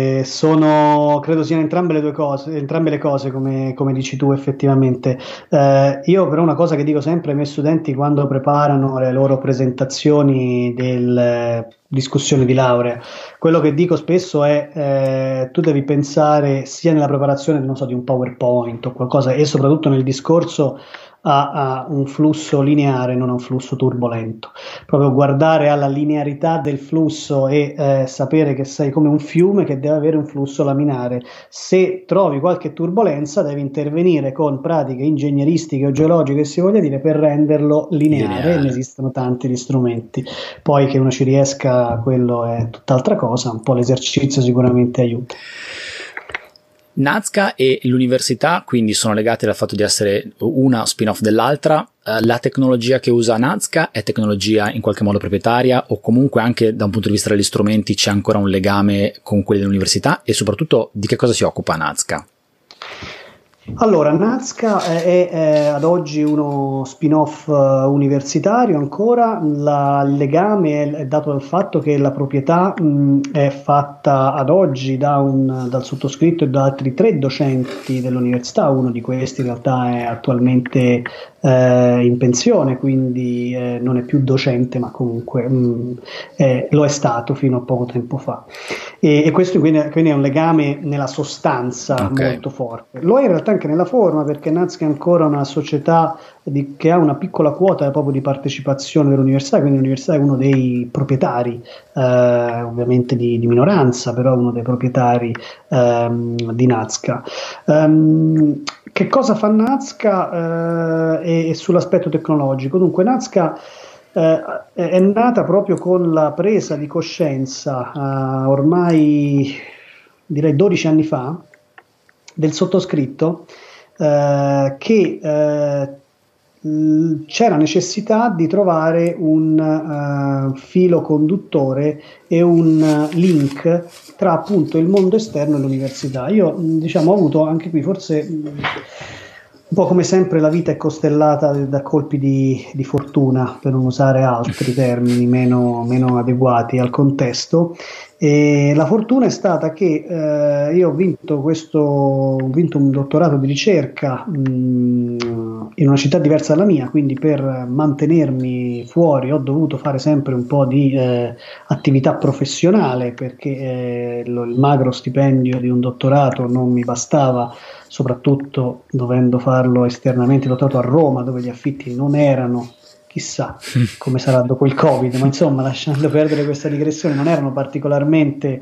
credo siano entrambe le cose, come dici tu effettivamente. Io però una cosa che dico sempre ai miei studenti quando preparano le loro presentazioni delle discussioni di laurea, quello che dico spesso è tu devi pensare sia nella preparazione, non so, di un PowerPoint o qualcosa, e soprattutto nel discorso a un flusso lineare, non a un flusso turbolento. Proprio guardare alla linearità del flusso e sapere che sei come un fiume che deve avere un flusso laminare. Se trovi qualche turbolenza, devi intervenire con pratiche ingegneristiche o geologiche, si voglia dire, per renderlo lineare. E ne esistono tanti di strumenti. Poi che uno ci riesca, quello è tutt'altra cosa, un po' l'esercizio sicuramente aiuta. Nazca e l'università quindi sono legate dal fatto di essere una spin-off dell'altra. La tecnologia che usa Nazca è tecnologia in qualche modo proprietaria, o comunque anche da un punto di vista degli strumenti c'è ancora un legame con quelli dell'università? E soprattutto di che cosa si occupa Nazca? Allora, Nazca è ad oggi uno spin-off universitario ancora, il legame è dato dal fatto che la proprietà è fatta ad oggi dal sottoscritto e da altri 3 docenti dell'università, uno di questi in realtà è attualmente in pensione, quindi non è più docente, ma comunque lo è stato fino a poco tempo fa. E questo quindi è un legame nella sostanza molto forte. Lo è in realtà anche nella forma, perché Nazca è ancora una società che ha una piccola quota proprio di partecipazione dell'università, quindi l'università è uno dei proprietari, ovviamente di minoranza, però uno dei proprietari di Nazca. Che cosa fa Nazca e sull'aspetto tecnologico? Dunque Nazca è nata proprio con la presa di coscienza ormai direi 12 anni fa del sottoscritto che c'era necessità di trovare un filo conduttore e un link tra appunto il mondo esterno e l'università. Io diciamo ho avuto anche qui forse un po' come sempre la vita è costellata da colpi di fortuna, per non usare altri termini meno adeguati al contesto. E la fortuna è stata che io ho vinto un dottorato di ricerca in una città diversa dalla mia, quindi per mantenermi fuori ho dovuto fare sempre un po' di attività professionale, perché il magro stipendio di un dottorato non mi bastava, soprattutto dovendo farlo esternamente, dottorato a Roma, dove gli affitti non erano, chissà come sarà dopo il Covid, ma insomma, lasciando perdere questa digressione, non erano particolarmente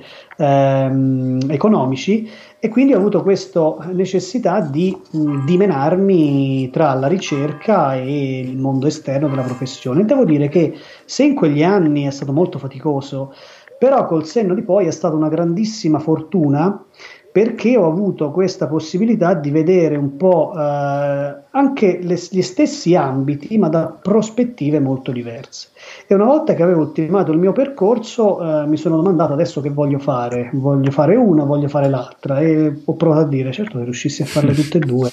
economici, e quindi ho avuto questa necessità di dimenarmi tra la ricerca e il mondo esterno della professione. Devo dire che se in quegli anni è stato molto faticoso, però col senno di poi è stata una grandissima fortuna, perché ho avuto questa possibilità di vedere un po' anche gli stessi ambiti, ma da prospettive molto diverse. E una volta che avevo ultimato il mio percorso, mi sono domandato adesso che voglio fare. Voglio fare una, voglio fare l'altra, e ho provato a dire, certo, se riuscissi a farle tutte e due.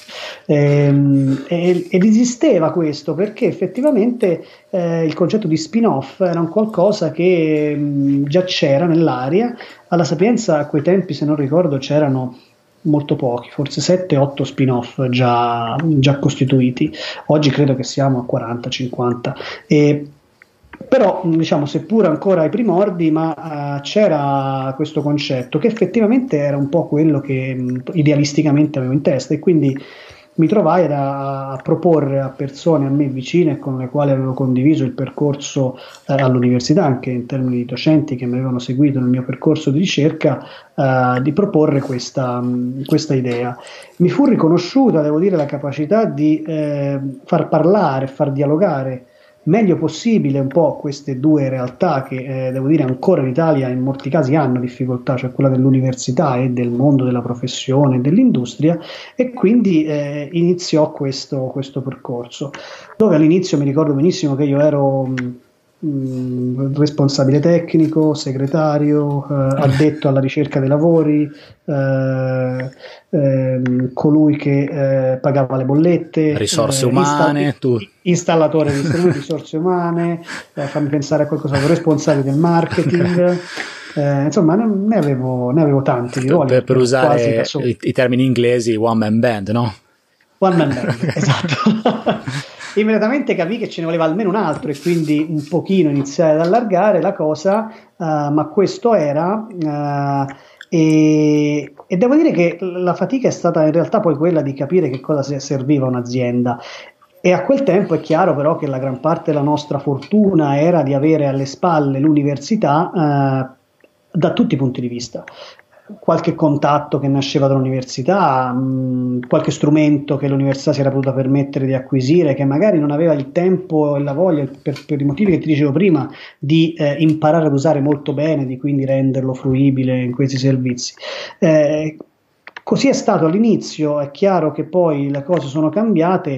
Ed esisteva questo, perché effettivamente il concetto di spin-off era un qualcosa che già c'era nell'aria. Alla Sapienza a quei tempi, se non ricordo, c'erano molto pochi, forse 7-8 spin-off già costituiti. Oggi credo che siamo a 40-50. Però, diciamo, seppur ancora ai primordi, ma c'era questo concetto che effettivamente era un po' quello che idealisticamente avevo in testa, e quindi mi trovai a proporre a persone a me vicine, con le quali avevo condiviso il percorso all'università, anche in termini di docenti che mi avevano seguito nel mio percorso di ricerca, di proporre questa idea. Mi fu riconosciuta, devo dire, la capacità di far parlare, far dialogare meglio possibile un po' queste due realtà che devo dire ancora in Italia in molti casi hanno difficoltà, cioè quella dell'università e del mondo della professione e dell'industria, e quindi iniziò questo percorso, dove all'inizio mi ricordo benissimo che io ero responsabile tecnico, segretario, addetto alla ricerca dei lavori, colui che pagava le bollette, risorse umane, installatore di risorse umane, fammi pensare a qualcosa, responsabile del marketing. Insomma, ne avevo tanti di ruoli. Per usare i termini inglesi, one man band, no? One man band, esatto. Immediatamente capì che ce ne voleva almeno un altro, e quindi un pochino iniziai ad allargare la cosa, ma questo era, e devo dire che la fatica è stata in realtà poi quella di capire che cosa serviva un'azienda. E a quel tempo è chiaro però che la gran parte della nostra fortuna era di avere alle spalle l'università da tutti i punti di vista. Qualche contatto che nasceva dall'università, qualche strumento che l'università si era potuta permettere di acquisire, che magari non aveva il tempo e la voglia, per i motivi che ti dicevo prima, di imparare ad usare molto bene, di quindi renderlo fruibile in questi servizi. Così è stato all'inizio. È chiaro che poi le cose sono cambiate,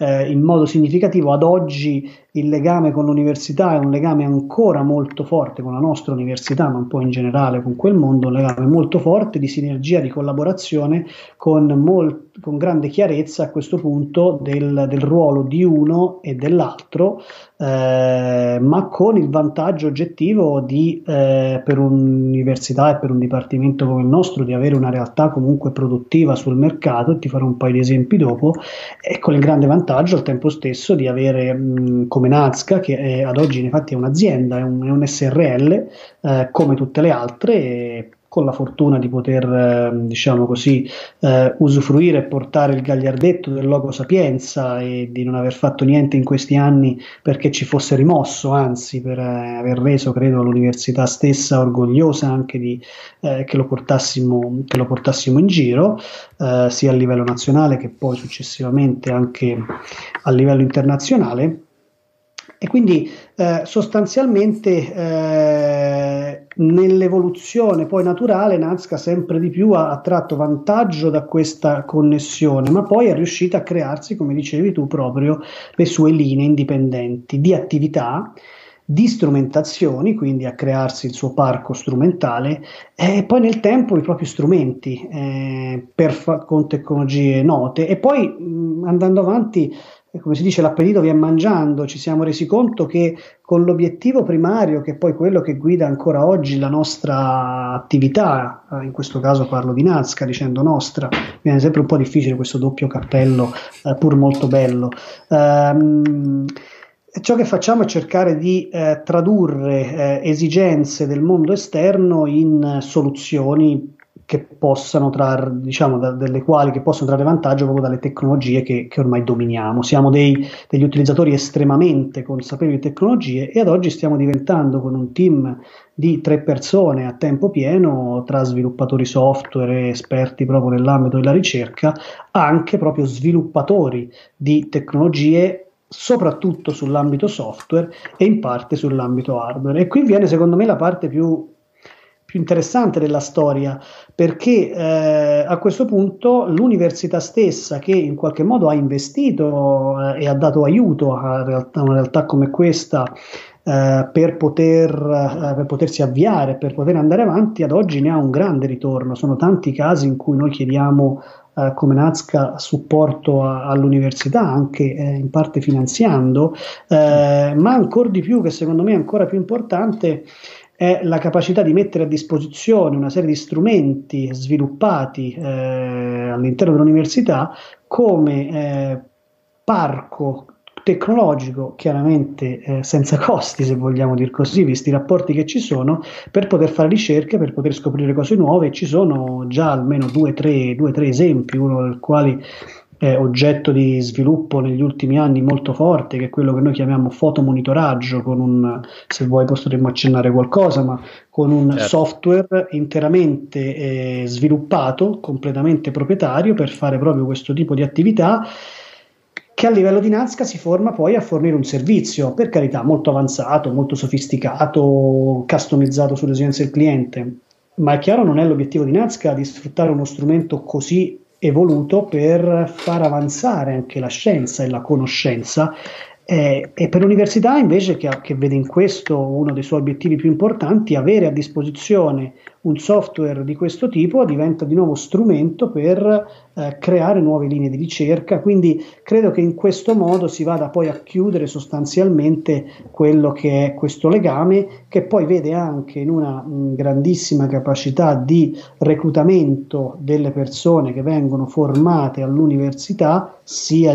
in modo significativo. Ad oggi il legame con l'università è un legame ancora molto forte con la nostra università, ma un po' in generale con quel mondo, un legame molto forte di sinergia, di collaborazione, con grande chiarezza a questo punto del ruolo di uno e dell'altro, ma con il vantaggio oggettivo per un'università e per un dipartimento come il nostro di avere una realtà comunque produttiva sul mercato, e ti farò un paio di esempi dopo, e con il grande vantaggio al tempo stesso di avere come Nazca, che ad oggi infatti è un'azienda, è un SRL, come tutte le altre, e con la fortuna di poter, diciamo così, usufruire e portare il gagliardetto del logo Sapienza, e di non aver fatto niente in questi anni perché ci fosse rimosso, anzi per aver reso, credo, l'università stessa orgogliosa anche che lo portassimo in giro, sia a livello nazionale che poi successivamente anche a livello internazionale. E quindi sostanzialmente nell'evoluzione poi naturale Nazca sempre di più ha tratto vantaggio da questa connessione, ma poi è riuscita a crearsi, come dicevi tu, proprio le sue linee indipendenti di attività, di strumentazioni, quindi a crearsi il suo parco strumentale, e poi nel tempo i propri strumenti con tecnologie note, e poi andando avanti, come si dice, l'appetito vien mangiando. Ci siamo resi conto che con l'obiettivo primario, che è poi quello che guida ancora oggi la nostra attività, in questo caso parlo di Nazca dicendo nostra, viene sempre un po' difficile questo doppio cappello, pur molto bello. Ciò che facciamo è cercare di tradurre esigenze del mondo esterno in soluzioni che possano delle quali che possono trarre vantaggio proprio dalle tecnologie che ormai dominiamo. Siamo degli utilizzatori estremamente consapevoli di tecnologie, e ad oggi stiamo diventando, con un team di 3 persone a tempo pieno, tra sviluppatori software e esperti proprio nell'ambito della ricerca, anche proprio sviluppatori di tecnologie, soprattutto sull'ambito software e in parte sull'ambito hardware. E qui viene, secondo me, la parte più interessante della storia, perché a questo punto l'università stessa, che in qualche modo ha investito e ha dato aiuto a una realtà come questa, per potersi avviare, per poter andare avanti, ad oggi ne ha un grande ritorno. Sono tanti i casi in cui noi chiediamo come Nazca supporto all'università, anche in parte finanziando, ma ancora di più, che secondo me è ancora più importante, è la capacità di mettere a disposizione una serie di strumenti sviluppati all'interno dell'università come parco tecnologico, chiaramente senza costi, se vogliamo dir così, visti i rapporti che ci sono, per poter fare ricerche, per poter scoprire cose nuove. Ci sono già almeno due o tre esempi, uno del quale è oggetto di sviluppo negli ultimi anni molto forte, che è quello che noi chiamiamo fotomonitoraggio, se vuoi potremmo accennare qualcosa, ma con un software interamente sviluppato, completamente proprietario, per fare proprio questo tipo di attività, che a livello di Nazca si forma poi a fornire un servizio, per carità, molto avanzato, molto sofisticato, customizzato sulle esigenze del cliente, ma è chiaro, non è l'obiettivo di Nazca di sfruttare uno strumento così evoluto per far avanzare anche la scienza e la conoscenza, e per l'università invece, che vede in questo uno dei suoi obiettivi più importanti, avere a disposizione un software di questo tipo diventa di nuovo strumento per creare nuove linee di ricerca. Quindi credo che in questo modo si vada poi a chiudere sostanzialmente quello che è questo legame, che poi vede anche in una grandissima capacità di reclutamento delle persone che vengono formate all'università, sia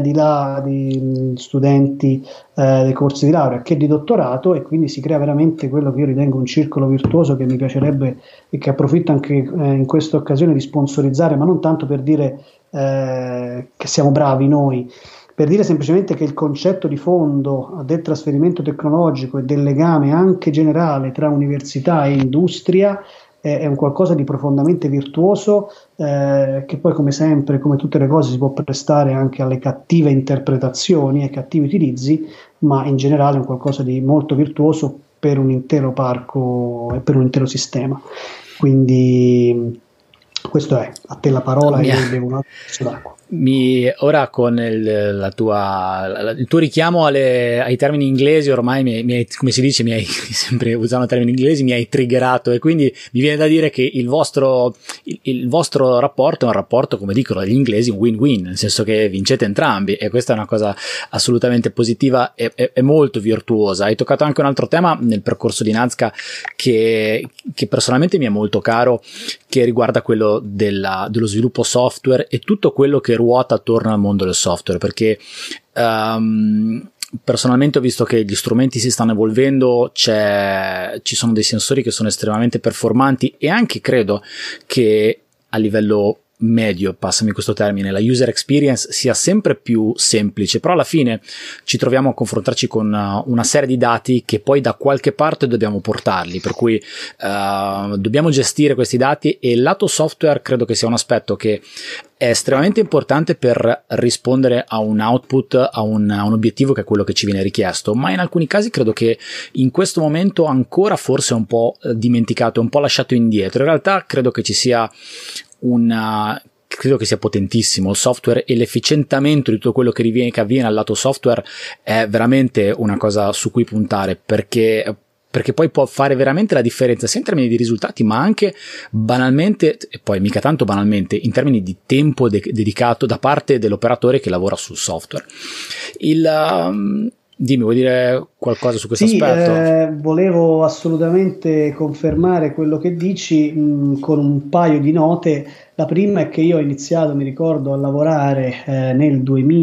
di studenti dei corsi di laurea che di dottorato, e quindi si crea veramente quello che io ritengo un circolo virtuoso, che mi piacerebbe, e che approfitto anche in questa occasione di sponsorizzare, ma non tanto per dire che siamo bravi noi, per dire semplicemente che il concetto di fondo del trasferimento tecnologico e del legame anche generale tra università e industria è un qualcosa di profondamente virtuoso, che poi, come sempre, come tutte le cose, si può prestare anche alle cattive interpretazioni e ai cattivi utilizzi, ma in generale è un qualcosa di molto virtuoso per un intero parco e per un intero sistema. Quindi Questo è, a te la parola e io bevo un altro pezzo d'acqua. Ora con il tuo richiamo ai termini inglesi, ormai come si dice, sempre usando termini inglesi, mi hai triggerato, e quindi mi viene da dire che il vostro rapporto è un rapporto, come dicono gli inglesi, un win-win, nel senso che vincete entrambi, e questa è una cosa assolutamente positiva e molto virtuosa. Hai toccato anche un altro tema nel percorso di Nazca che personalmente mi è molto caro, che riguarda quello dello sviluppo software e tutto quello che ruota attorno al mondo del software, perché personalmente ho visto che gli strumenti si stanno evolvendo, ci sono dei sensori che sono estremamente performanti, e anche credo che a livello medio, passami questo termine, la user experience sia sempre più semplice, però alla fine ci troviamo a confrontarci con una serie di dati che poi da qualche parte dobbiamo portarli, per cui dobbiamo gestire questi dati, e il lato software credo che sia un aspetto che è estremamente importante per rispondere a un output, a un obiettivo che è quello che ci viene richiesto, ma in alcuni casi credo che in questo momento ancora forse è un po' dimenticato, un po' lasciato indietro. In realtà credo che ci sia credo che sia potentissimo il software, e l'efficientamento di tutto quello che avviene al lato software è veramente una cosa su cui puntare, perché poi può fare veramente la differenza sia in termini di risultati, ma anche banalmente, e poi mica tanto banalmente, in termini di tempo dedicato da parte dell'operatore che lavora sul software. Dimmi, vuoi dire qualcosa su questo aspetto? Volevo assolutamente confermare quello che dici con un paio di note. La prima è che io ho iniziato, mi ricordo, a lavorare nel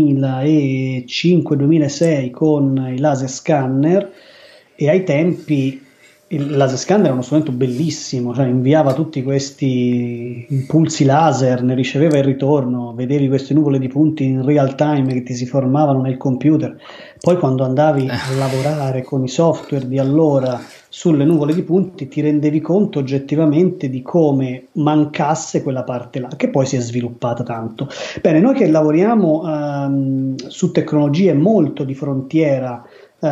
2005-2006 con i laser scanner, e ai tempi il laser scanner era uno strumento bellissimo, cioè inviava tutti questi impulsi laser, ne riceveva il ritorno, vedevi queste nuvole di punti in real time che ti si formavano nel computer. Poi quando andavi a lavorare con i software di allora sulle nuvole di punti ti rendevi conto oggettivamente di come mancasse quella parte là, che poi si è sviluppata tanto. Bene, noi che lavoriamo su tecnologie molto di frontiera,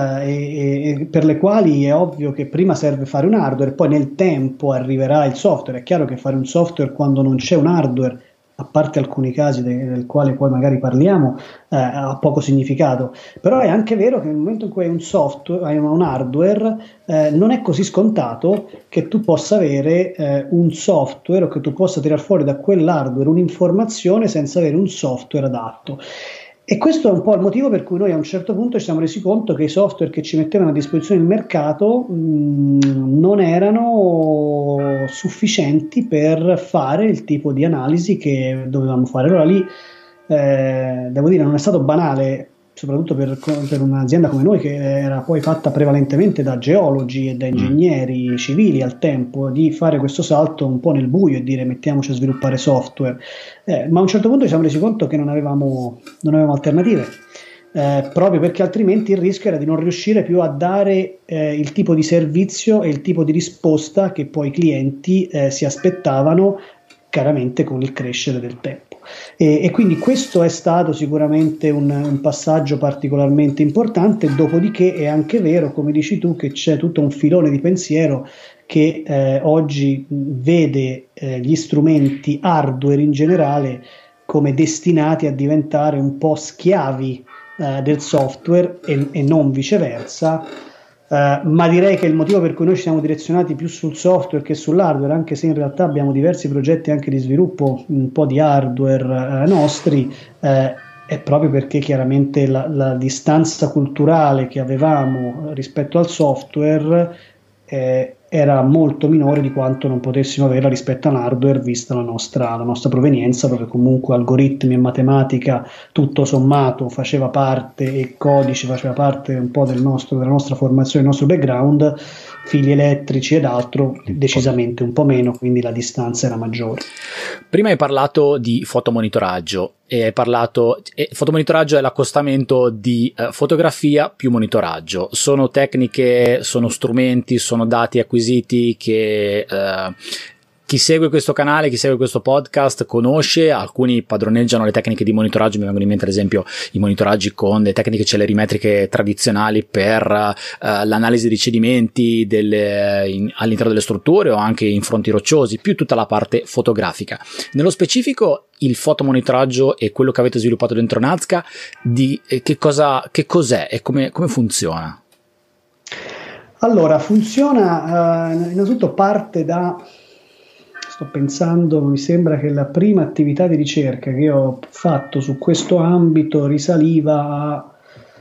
e per le quali è ovvio che prima serve fare un hardware, poi nel tempo arriverà il software. È chiaro che fare un software quando non c'è un hardware, a parte alcuni casi del quale poi magari parliamo, ha poco significato, però è anche vero che nel momento in cui hai un software, hai un hardware, non è così scontato che tu possa avere un software, o che tu possa tirar fuori da quell'hardware un'informazione senza avere un software adatto. E questo è un po' il motivo per cui noi a un certo punto ci siamo resi conto che i software che ci mettevano a disposizione il mercato non erano sufficienti per fare il tipo di analisi che dovevamo fare. Allora lì, devo dire, non è stato banale, soprattutto per un'azienda come noi, che era poi fatta prevalentemente da geologi e da ingegneri civili al tempo, di fare questo salto un po' nel buio e dire mettiamoci a sviluppare software. Ma a un certo punto ci siamo resi conto che non avevamo alternative, proprio perché altrimenti il rischio era di non riuscire più a dare il tipo di servizio e il tipo di risposta che poi i clienti si aspettavano, chiaramente con il crescere del tempo. E quindi questo è stato sicuramente un passaggio particolarmente importante. Dopodiché è anche vero, come dici tu, che c'è tutto un filone di pensiero che oggi vede gli strumenti hardware in generale come destinati a diventare un po' schiavi del software e non viceversa. Ma direi che il motivo per cui noi ci siamo direzionati più sul software che sull'hardware, anche se in realtà abbiamo diversi progetti anche di sviluppo un po' di hardware nostri, è proprio perché chiaramente la distanza culturale che avevamo rispetto al software era molto minore di quanto non potessimo averla rispetto a un hardware, vista la nostra provenienza, perché comunque algoritmi e matematica tutto sommato faceva parte, e codice faceva parte un po' della nostra formazione, del nostro background. Fili elettrici ed altro decisamente un po' meno, quindi la distanza era maggiore. Prima hai parlato di fotomonitoraggio e hai parlato, fotomonitoraggio è l'accostamento di fotografia più monitoraggio. Sono tecniche, sono strumenti, sono dati acquisiti che chi segue questo canale, chi segue questo podcast conosce, alcuni padroneggiano le tecniche di monitoraggio, mi vengono in mente ad esempio i monitoraggi con le tecniche celerimetriche tradizionali per l'analisi dei cedimenti all'interno delle strutture o anche in fronti rocciosi, più tutta la parte fotografica. Nello specifico il fotomonitoraggio e quello che avete sviluppato dentro Nazca, che cos'è e come funziona? Allora, funziona, innanzitutto parte sto pensando, mi sembra che la prima attività di ricerca che ho fatto su questo ambito risaliva a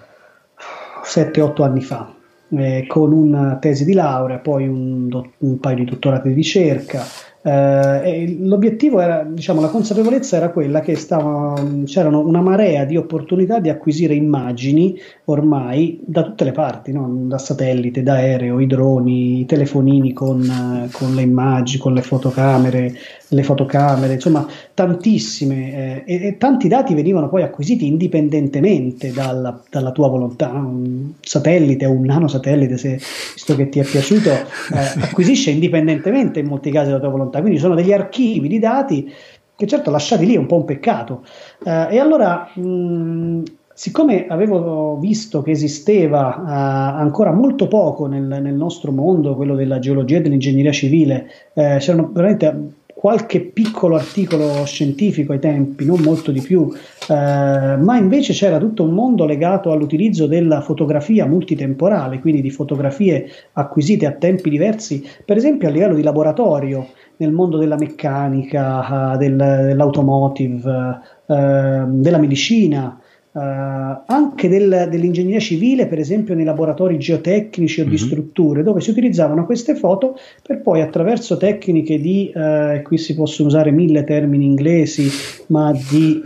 7-8 anni fa, con una tesi di laurea, poi un paio di dottorati di ricerca. E l'obiettivo era, diciamo, la consapevolezza era quella che c'erano una marea di opportunità di acquisire immagini ormai da tutte le parti, no? Da satellite, da aereo, i droni, i telefonini con le immagini, con le fotocamere, insomma tantissime, e tanti dati venivano poi acquisiti indipendentemente dalla tua volontà. Un satellite o un nanosatellite, visto che ti è piaciuto, acquisisce indipendentemente in molti casi dalla tua volontà. Quindi sono degli archivi di dati che certo lasciati lì è un po' un peccato. E allora, siccome avevo visto che esisteva ancora molto poco nel nostro mondo, quello della geologia e dell'ingegneria civile, c'erano veramente qualche piccolo articolo scientifico ai tempi, non molto di più, ma invece c'era tutto un mondo legato all'utilizzo della fotografia multitemporale, quindi di fotografie acquisite a tempi diversi, per esempio a livello di laboratorio, nel mondo della meccanica, dell'automotive, della medicina, anche dell'ingegneria civile, per esempio nei laboratori geotecnici o di strutture, dove si utilizzavano queste foto per poi, attraverso tecniche di qui si possono usare 1000 termini inglesi, ma di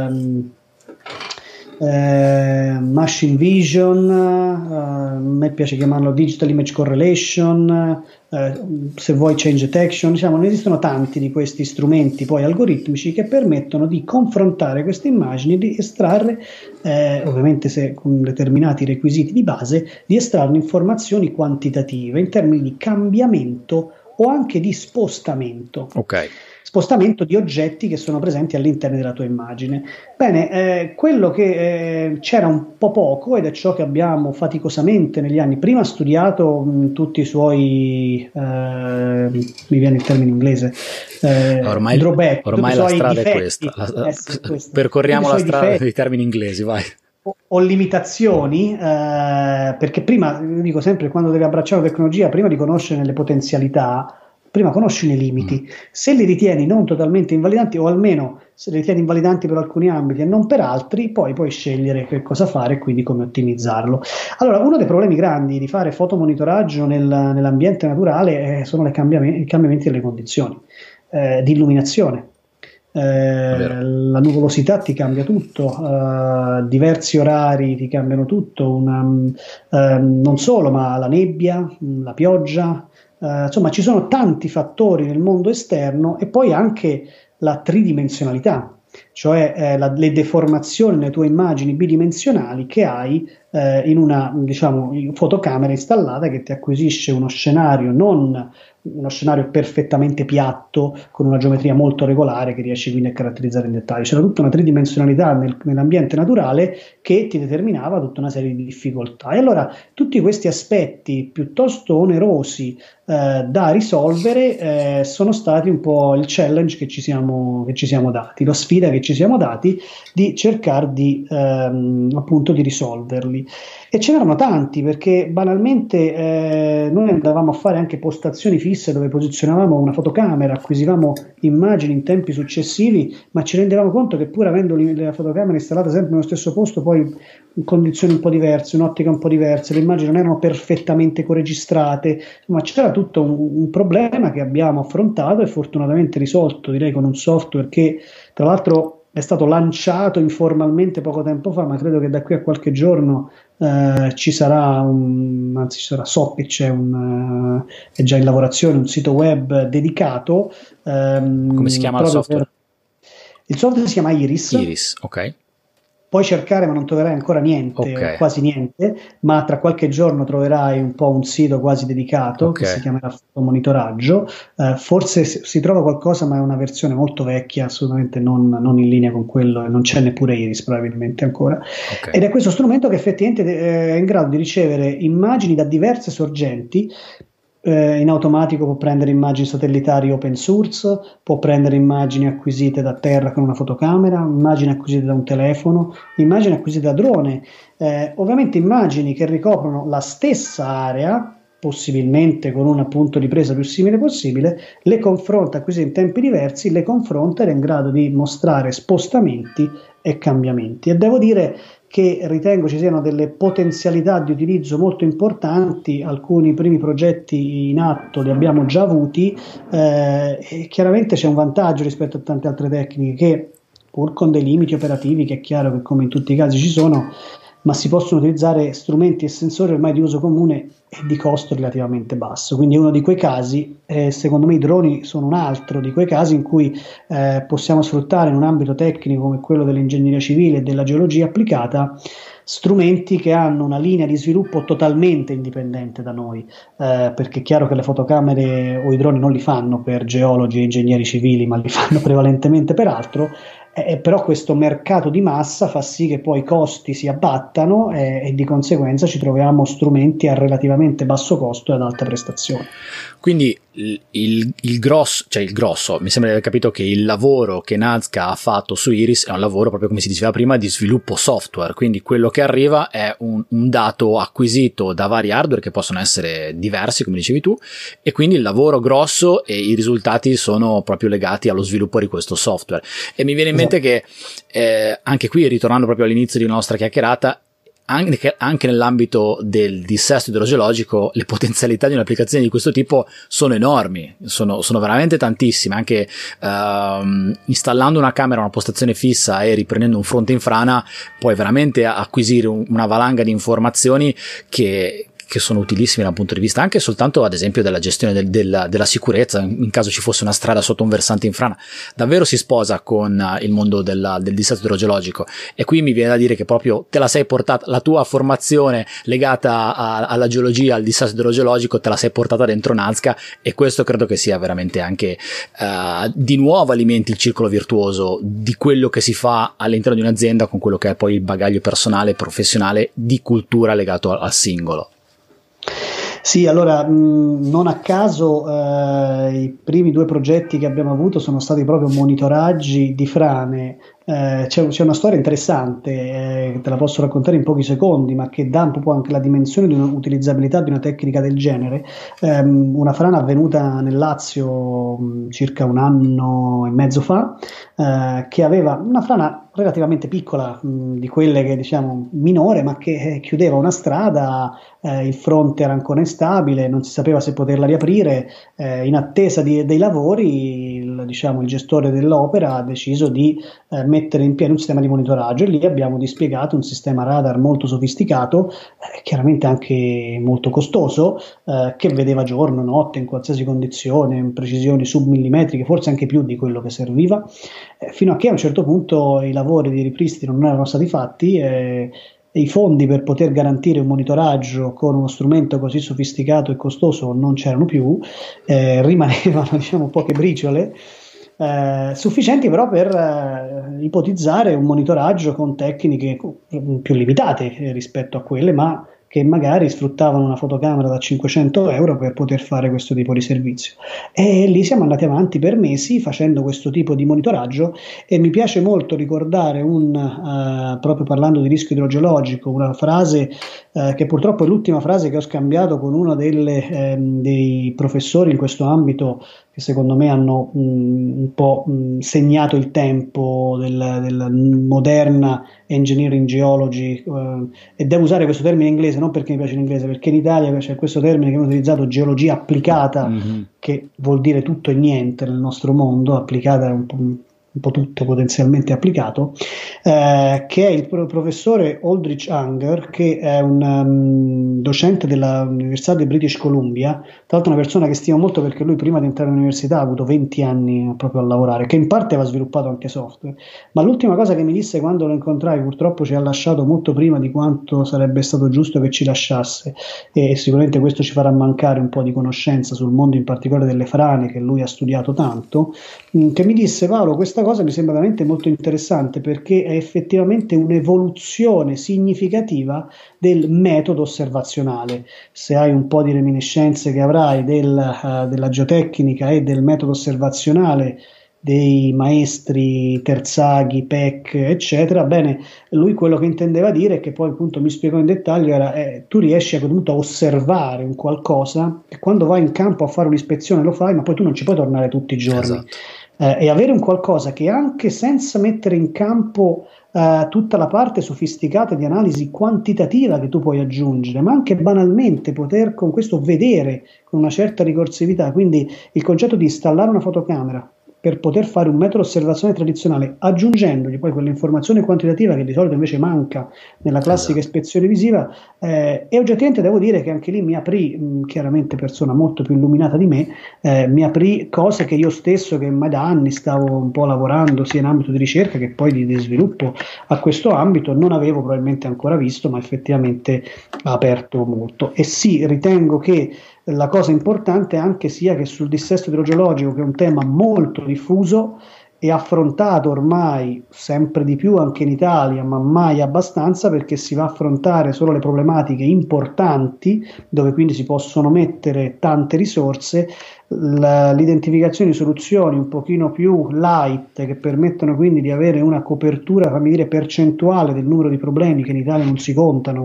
machine vision, a me piace chiamarlo digital image correlation, se vuoi change detection, diciamo, ne esistono tanti di questi strumenti poi algoritmici che permettono di confrontare queste immagini, di estrarre, ovviamente con determinati requisiti di base, di estrarre informazioni quantitative in termini di cambiamento o anche di spostamento. Ok. Spostamento di oggetti che sono presenti all'interno della tua immagine. Bene, quello che c'era un po' poco, ed è ciò che abbiamo faticosamente negli anni prima studiato tutti i suoi, mi viene il termine inglese, ormai drawback, ormai la strada difetti, è questa. Percorriamo la strada difetti, dei termini inglesi, vai. O limitazioni, perché prima, dico sempre, quando devi abbracciare la tecnologia, prima di conoscere le potenzialità, prima conosci i limiti. Se li ritieni non totalmente invalidanti, o almeno se li ritieni invalidanti per alcuni ambiti e non per altri, poi puoi scegliere che cosa fare e quindi come ottimizzarlo. Allora, uno dei problemi grandi di fare fotomonitoraggio nell'ambiente naturale sono i cambiamenti delle condizioni di illuminazione. La nuvolosità ti cambia tutto, diversi orari ti cambiano tutto, non solo, ma la nebbia, la pioggia, insomma ci sono tanti fattori nel mondo esterno, e poi anche la tridimensionalità, cioè le deformazioni nelle tue immagini bidimensionali che hai in una, diciamo, fotocamera installata che ti acquisisce uno scenario, non uno scenario perfettamente piatto con una geometria molto regolare che riesci quindi a caratterizzare in dettaglio. C'era tutta una tridimensionalità nell'ambiente naturale che ti determinava tutta una serie di difficoltà, e allora tutti questi aspetti piuttosto onerosi da risolvere sono stati un po' il challenge che ci siamo dati, la sfida che ci siamo dati di cercare di appunto di risolverli. E ce n'erano tanti, perché banalmente noi andavamo a fare anche postazioni fisse dove posizionavamo una fotocamera, acquisivamo immagini in tempi successivi, ma ci rendevamo conto che pur avendo la fotocamera installata sempre nello stesso posto, poi in condizioni un po' diverse, un'ottica un po' diversa, le immagini non erano perfettamente coregistrate, ma c'era tutto un problema che abbiamo affrontato e fortunatamente risolto, direi, con un software che tra l'altro è stato lanciato informalmente poco tempo fa, ma credo che da qui a qualche giorno ci sarà so che è già in lavorazione un sito web dedicato. Come si chiama il software? Il software si chiama Iris. Iris, ok. puoi cercare ma non troverai ancora niente, o quasi niente, ma tra qualche giorno troverai un po' un sito quasi dedicato che si chiamerà fotomonitoraggio. Forse si trova qualcosa, ma è una versione molto vecchia, assolutamente non in linea con quello, e non c'è neppure Iris probabilmente ancora. Ed è questo strumento che effettivamente è in grado di ricevere immagini da diverse sorgenti. In automatico può prendere immagini satellitari open source, può prendere immagini acquisite da terra con una fotocamera, immagini acquisite da un telefono, immagini acquisite da drone, ovviamente immagini che ricoprono la stessa area, possibilmente con un punto di presa più simile possibile, le confronta, acquisite in tempi diversi, le confronta ed è in grado di mostrare spostamenti e cambiamenti. E devo dire che ritengo ci siano delle potenzialità di utilizzo molto importanti. Alcuni primi progetti in atto li abbiamo già avuti, e chiaramente c'è un vantaggio rispetto a tante altre tecniche che, pur con dei limiti operativi, che è chiaro che come in tutti i casi ci sono, ma si possono utilizzare strumenti e sensori ormai di uso comune e di costo relativamente basso. Quindi è uno di quei casi, secondo me i droni sono un altro di quei casi in cui possiamo sfruttare in un ambito tecnico come quello dell'ingegneria civile e della geologia applicata strumenti che hanno una linea di sviluppo totalmente indipendente da noi, perché è chiaro che le fotocamere o i droni non li fanno per geologi e ingegneri civili, ma li fanno prevalentemente per altro. Però questo mercato di massa fa sì che poi i costi si abbattano e di conseguenza ci troviamo strumenti a relativamente basso costo e ad alta prestazione. Quindi il grosso, mi sembra di aver capito che il lavoro che Nazca ha fatto su Iris è un lavoro, proprio come si diceva prima, di sviluppo software, quindi quello che arriva è un dato acquisito da vari hardware che possono essere diversi, come dicevi tu, e quindi il lavoro grosso e i risultati sono proprio legati allo sviluppo di questo software. E mi viene in mente che anche qui, ritornando proprio all'inizio di una nostra chiacchierata, anche nell'ambito del dissesto idrogeologico le potenzialità di un'applicazione di questo tipo sono enormi, sono veramente tantissime. Anche installando una camera a una postazione fissa e riprendendo un fronte in frana puoi veramente acquisire una valanga di informazioni che sono utilissimi dal punto di vista anche soltanto, ad esempio, della gestione della sicurezza in caso ci fosse una strada sotto un versante in frana. Davvero si sposa con il mondo del dissesto idrogeologico, e qui mi viene da dire che proprio te la sei portata, la tua formazione legata alla geologia, al dissesto idrogeologico, te la sei portata dentro Nazca, e questo credo che sia veramente anche di nuovo alimenti il circolo virtuoso di quello che si fa all'interno di un'azienda con quello che è poi il bagaglio personale e professionale di cultura legato al singolo. Sì, allora non a caso i primi 2 progetti che abbiamo avuto sono stati proprio monitoraggi di frane. C'è una storia interessante, te la posso raccontare in pochi secondi, ma che dà un po' anche la dimensione di un'utilizzabilità di una tecnica del genere. Una frana avvenuta nel Lazio circa 1 anno e mezzo fa, che aveva una frana relativamente piccola, di quelle che diciamo minore, ma che chiudeva una strada, il fronte era ancora instabile, non si sapeva se poterla riaprire. In attesa dei lavori il gestore dell'opera ha deciso di mettere in piedi un sistema di monitoraggio, e lì abbiamo dispiegato un sistema radar molto sofisticato, chiaramente anche molto costoso, che vedeva giorno, notte, in qualsiasi condizione, in precisioni submillimetriche, forse anche più di quello che serviva, fino a che a un certo punto i lavori di ripristino non erano stati fatti e i fondi per poter garantire un monitoraggio con uno strumento così sofisticato e costoso non c'erano più, rimanevano poche briciole, sufficienti però per ipotizzare un monitoraggio con tecniche più limitate rispetto a quelle, ma che magari sfruttavano una fotocamera da 500 euro per poter fare questo tipo di servizio. E lì siamo andati avanti per mesi facendo questo tipo di monitoraggio, e mi piace molto ricordare proprio parlando di rischio idrogeologico, una frase che purtroppo è l'ultima frase che ho scambiato con uno dei professori in questo ambito, che secondo me hanno un po' segnato il tempo della moderna engineering geology, e devo usare questo termine inglese non perché mi piace l'inglese, perché in Italia c'è questo termine che viene utilizzato, geologia applicata, che vuol dire tutto e niente nel nostro mondo. Applicata è un po' un po' tutto potenzialmente applicato, che è il professore Aldrich Unger, che è un docente dell'Università di British Columbia, tra l'altro una persona che stimo molto perché lui prima di entrare all'università ha avuto 20 anni proprio a lavorare, che in parte aveva sviluppato anche software, ma l'ultima cosa che mi disse quando lo incontrai, purtroppo ci ha lasciato molto prima di quanto sarebbe stato giusto che ci lasciasse, e sicuramente questo ci farà mancare un po' di conoscenza sul mondo in particolare delle frane che lui ha studiato tanto, che mi disse: Paolo, questa cosa mi sembra veramente molto interessante perché è effettivamente un'evoluzione significativa del metodo osservazionale. Se hai un po' di reminiscenze che avrai della geotecnica e del metodo osservazionale dei maestri Terzaghi, Peck, eccetera, bene, lui quello che intendeva dire, che poi appunto mi spiegò in dettaglio, era tu riesci appunto a osservare un qualcosa e quando vai in campo a fare un'ispezione lo fai, ma poi tu non ci puoi tornare tutti i giorni. Esatto. E avere un qualcosa che anche senza mettere in campo tutta la parte sofisticata di analisi quantitativa che tu puoi aggiungere, ma anche banalmente poter con questo vedere con una certa ricorsività, quindi il concetto di installare una fotocamera per poter fare un metodo osservazione tradizionale, aggiungendogli poi quell'informazione quantitativa che di solito invece manca nella classica ispezione visiva, e oggettivamente devo dire che anche lì mi aprì, chiaramente persona molto più illuminata di me, mi aprì cose che io stesso, che ormai da anni stavo un po' lavorando sia in ambito di ricerca che poi di sviluppo a questo ambito, non avevo probabilmente ancora visto, ma effettivamente ha aperto molto. E sì, ritengo che la cosa importante anche sia che sul dissesto idrogeologico, che è un tema molto diffuso e affrontato ormai sempre di più anche in Italia, ma mai abbastanza, perché si va a affrontare solo le problematiche importanti, dove quindi si possono mettere tante risorse, l'identificazione di soluzioni un pochino più light, che permettono quindi di avere una copertura, fammi dire, percentuale del numero di problemi che in Italia non si contano,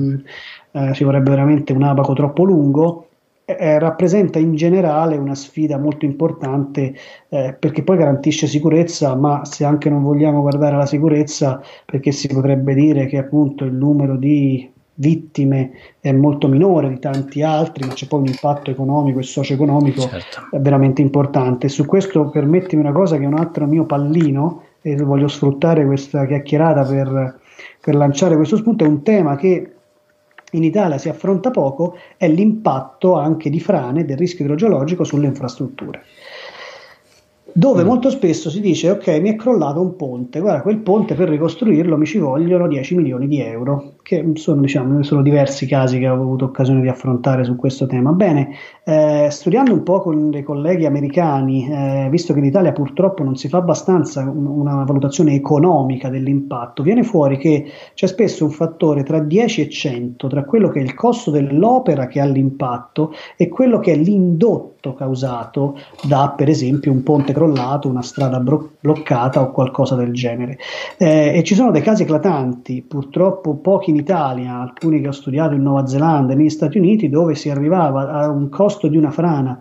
ci vorrebbe veramente un abaco troppo lungo. Rappresenta in generale una sfida molto importante, perché poi garantisce sicurezza, ma se anche non vogliamo guardare alla sicurezza, perché si potrebbe dire che appunto il numero di vittime è molto minore di tanti altri, ma c'è poi un impatto economico e socio-economico veramente importante. Su questo permettimi una cosa che è un altro mio pallino, e voglio sfruttare questa chiacchierata per lanciare questo spunto. È un tema che in Italia si affronta poco, è l'impatto anche di frane, del rischio idrogeologico sulle infrastrutture, dove molto spesso si dice: ok, mi è crollato un ponte, guarda, quel ponte per ricostruirlo mi ci vogliono 10 milioni di euro, che sono diversi casi che ho avuto occasione di affrontare su questo tema. Bene, studiando un po' con dei colleghi americani, visto che in Italia purtroppo non si fa abbastanza una valutazione economica dell'impatto, viene fuori che c'è spesso un fattore tra 10 e 100 tra quello che è il costo dell'opera che ha l'impatto e quello che è l'indotto causato da, per esempio, un ponte crollato, una strada bloccata o qualcosa del genere. E ci sono dei casi eclatanti, purtroppo pochi in Italia, alcuni che ho studiato in Nuova Zelanda e negli Stati Uniti, dove si arrivava a un costo di una frana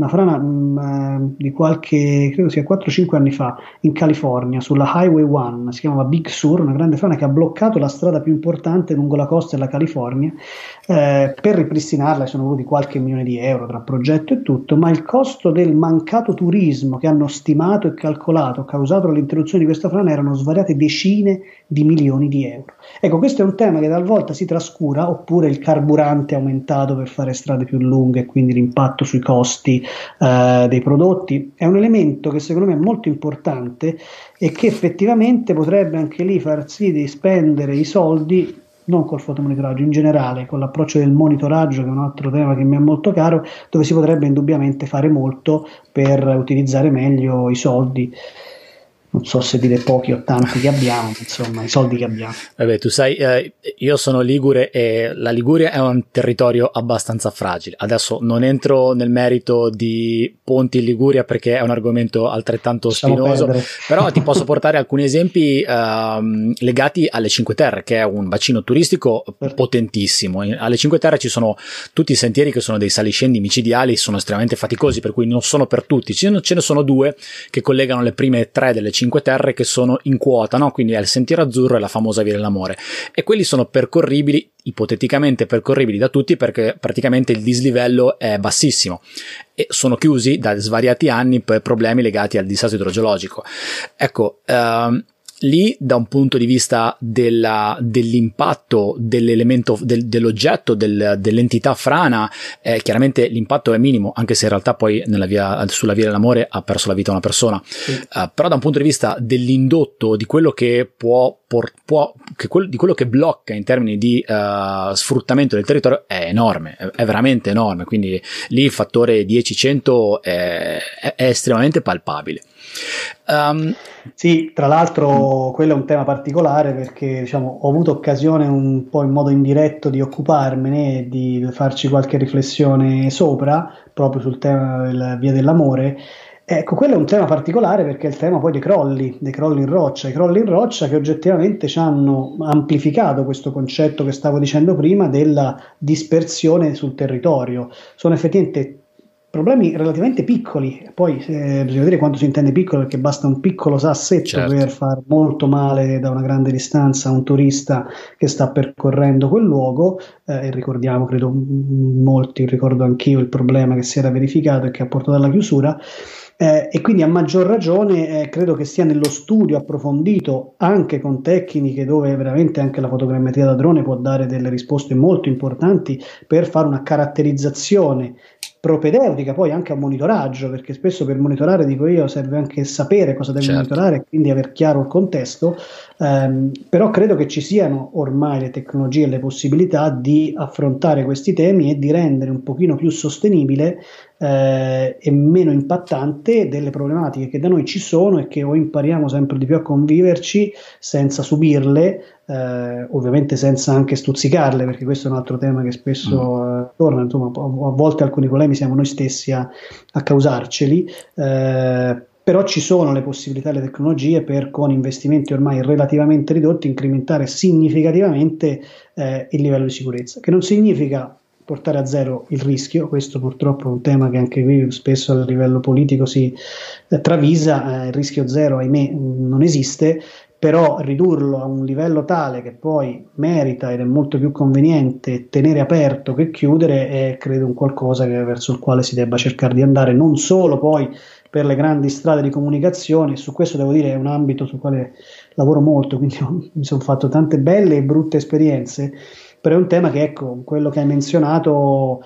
di qualche, credo sia 4-5 anni fa, in California, sulla Highway 1, si chiamava Big Sur, una grande frana che ha bloccato la strada più importante lungo la costa della California. Per ripristinarla sono voluti qualche milione di euro tra progetto e tutto, ma il costo del mancato turismo che hanno stimato e calcolato causato dall'interruzione di questa frana erano svariate decine di milioni di euro. Ecco, questo è un tema che talvolta si trascura, oppure il carburante aumentato per fare strade più lunghe e quindi l'impatto sui costi dei prodotti. È un elemento che secondo me è molto importante e che effettivamente potrebbe anche lì far sì di spendere i soldi, non col fotomonitoraggio, in generale con l'approccio del monitoraggio, che è un altro tema che mi è molto caro, dove si potrebbe indubbiamente fare molto per utilizzare meglio i soldi. Non so se dire pochi o tanti che abbiamo, insomma, i soldi che abbiamo. Vabbè, tu sai, io sono ligure e la Liguria è un territorio abbastanza fragile. Adesso non entro nel merito di ponti in Liguria perché è un argomento altrettanto spinoso, però ti posso portare alcuni esempi legati alle Cinque Terre, che è un bacino turistico potentissimo. Alle Cinque Terre ci sono tutti i sentieri che sono dei saliscendi micidiali, sono estremamente faticosi, per cui non sono per tutti. Ce ne sono 2 che collegano le prime 3 delle 5 Cinque Terre che sono in quota, no? Quindi è il Sentiero Azzurro e la famosa Via dell'Amore, e quelli sono percorribili, ipoteticamente percorribili da tutti, perché praticamente il dislivello è bassissimo e sono chiusi da svariati anni per problemi legati al dissesto idrogeologico. Ecco, lì da un punto di vista dell'impatto dell'elemento dell'oggetto dell'entità frana, chiaramente l'impatto è minimo, anche se in realtà poi sulla Via dell'Amore ha perso la vita una persona. Però da un punto di vista dell'indotto, di quello che di quello che blocca in termini di sfruttamento del territorio, è enorme, è veramente enorme, quindi lì il fattore 10-100 è estremamente palpabile. Sì, tra l'altro quello è un tema particolare, perché diciamo, ho avuto occasione un po' in modo indiretto di occuparmene e di farci qualche riflessione sopra, proprio sul tema della Via dell'Amore. Ecco, quello è un tema particolare perché è il tema poi dei crolli in roccia, che oggettivamente ci hanno amplificato questo concetto che stavo dicendo prima della dispersione sul territorio. Sono effettivamente problemi relativamente piccoli, poi bisogna vedere quanto si intende piccolo, perché basta un piccolo sassetto, certo, per far molto male da una grande distanza a un turista che sta percorrendo quel luogo, e ricordiamo, credo molti, ricordo anch'io il problema che si era verificato e che ha portato alla chiusura. E quindi a maggior ragione credo che sia nello studio approfondito, anche con tecniche dove veramente anche la fotogrammetria da drone può dare delle risposte molto importanti, per fare una caratterizzazione propedeutica, poi anche a monitoraggio, perché spesso per monitorare, dico io, serve anche sapere cosa deve, certo, monitorare e quindi aver chiaro il contesto. Però credo che ci siano ormai le tecnologie e le possibilità di affrontare questi temi e di rendere un pochino più sostenibile e meno impattante delle problematiche che da noi ci sono e che o impariamo sempre di più a conviverci senza subirle, ovviamente senza anche stuzzicarle, perché questo è un altro tema che spesso torna, insomma, a volte alcuni problemi siamo noi stessi a causarceli, però ci sono le possibilità e le tecnologie per, con investimenti ormai relativamente ridotti, incrementare significativamente il livello di sicurezza, che non significa portare a zero il rischio. Questo purtroppo è un tema che anche qui spesso a livello politico si travisa, il rischio zero ahimè non esiste, però ridurlo a un livello tale che poi merita ed è molto più conveniente tenere aperto che chiudere è, credo, un qualcosa verso il quale si debba cercare di andare, non solo poi per le grandi strade di comunicazione. Su questo devo dire è un ambito sul quale lavoro molto, quindi mi sono fatto tante belle e brutte esperienze, però è un tema che, ecco, quello che hai menzionato,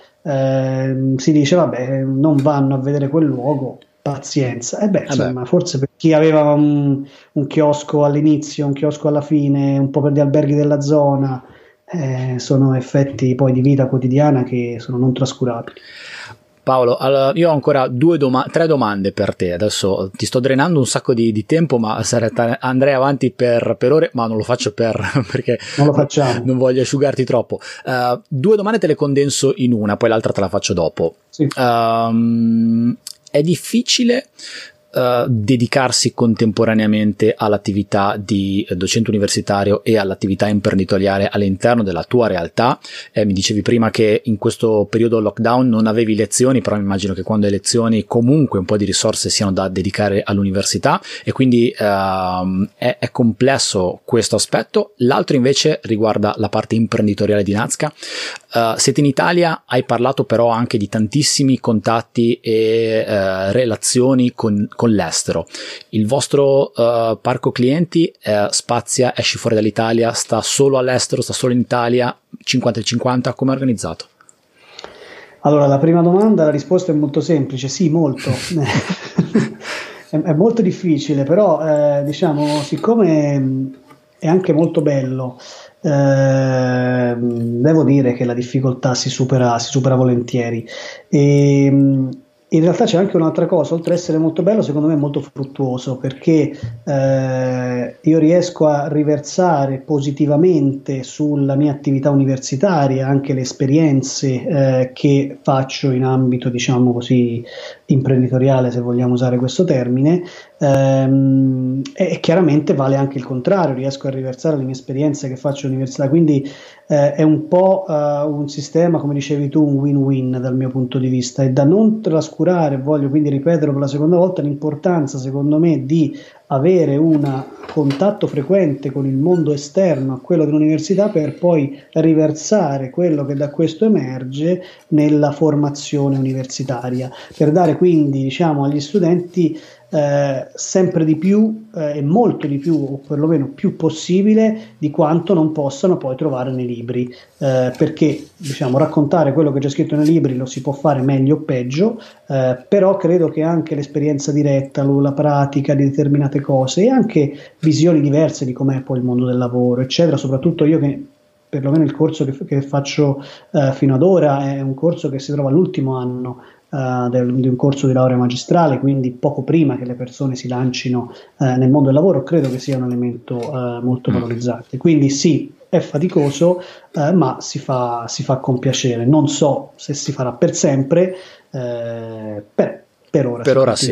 si dice vabbè, non vanno a vedere quel luogo, pazienza. E insomma, forse per chi aveva un chiosco all'inizio, un chiosco alla fine, un po' per gli alberghi della zona, sono effetti poi di vita quotidiana che sono non trascurabili. Paolo, allora, io ho ancora tre domande per te. Adesso ti sto drenando un sacco di tempo, ma andrei avanti per ore, ma non lo faccio perché non lo facciamo. Non voglio asciugarti troppo. Due domande te le condenso in una, poi l'altra te la faccio dopo. Sì. È difficile dedicarsi contemporaneamente all'attività di docente universitario e all'attività imprenditoriale all'interno della tua realtà? Mi dicevi prima che in questo periodo lockdown non avevi lezioni, però immagino che quando hai lezioni comunque un po' di risorse siano da dedicare all'università, e quindi è complesso questo aspetto. L'altro invece riguarda la parte imprenditoriale di Nazca. Siete in Italia, hai parlato però anche di tantissimi contatti e relazioni con l'estero. Il vostro parco clienti spazia, esci fuori dall'Italia, sta solo all'estero, sta solo in Italia, 50-50, come è organizzato? Allora, la prima domanda, la risposta è molto semplice, sì, molto. È molto difficile, però diciamo, siccome è anche molto bello, devo dire che la difficoltà si supera volentieri. E in realtà c'è anche un'altra cosa, oltre ad essere molto bello, secondo me è molto fruttuoso, perché io riesco a riversare positivamente sulla mia attività universitaria anche le esperienze che faccio in ambito, diciamo così, imprenditoriale, se vogliamo usare questo termine, e chiaramente vale anche il contrario, riesco a riversare le mie esperienze che faccio all'università, quindi è un po' un sistema, come dicevi tu, un win-win dal mio punto di vista, e da non trascurare trascurare, voglio quindi ripeterlo per la seconda volta, l'importanza secondo me di avere un contatto frequente con il mondo esterno a quello dell'università per poi riversare quello che da questo emerge nella formazione universitaria, per dare quindi, diciamo, agli studenti sempre di più e molto di più, o perlomeno più possibile di quanto non possano poi trovare nei libri, perché, diciamo, raccontare quello che c'è scritto nei libri lo si può fare meglio o peggio, però credo che anche l'esperienza diretta, la pratica di determinate cose e anche visioni diverse di com'è poi il mondo del lavoro, eccetera, soprattutto io che perlomeno il corso che faccio fino ad ora è un corso che si trova all'ultimo anno di un corso di laurea magistrale, quindi poco prima che le persone si lancino nel mondo del lavoro, credo che sia un elemento molto valorizzante. Quindi sì, è faticoso, ma si fa con piacere. Non so se si farà per sempre, per ora. Per ora sì.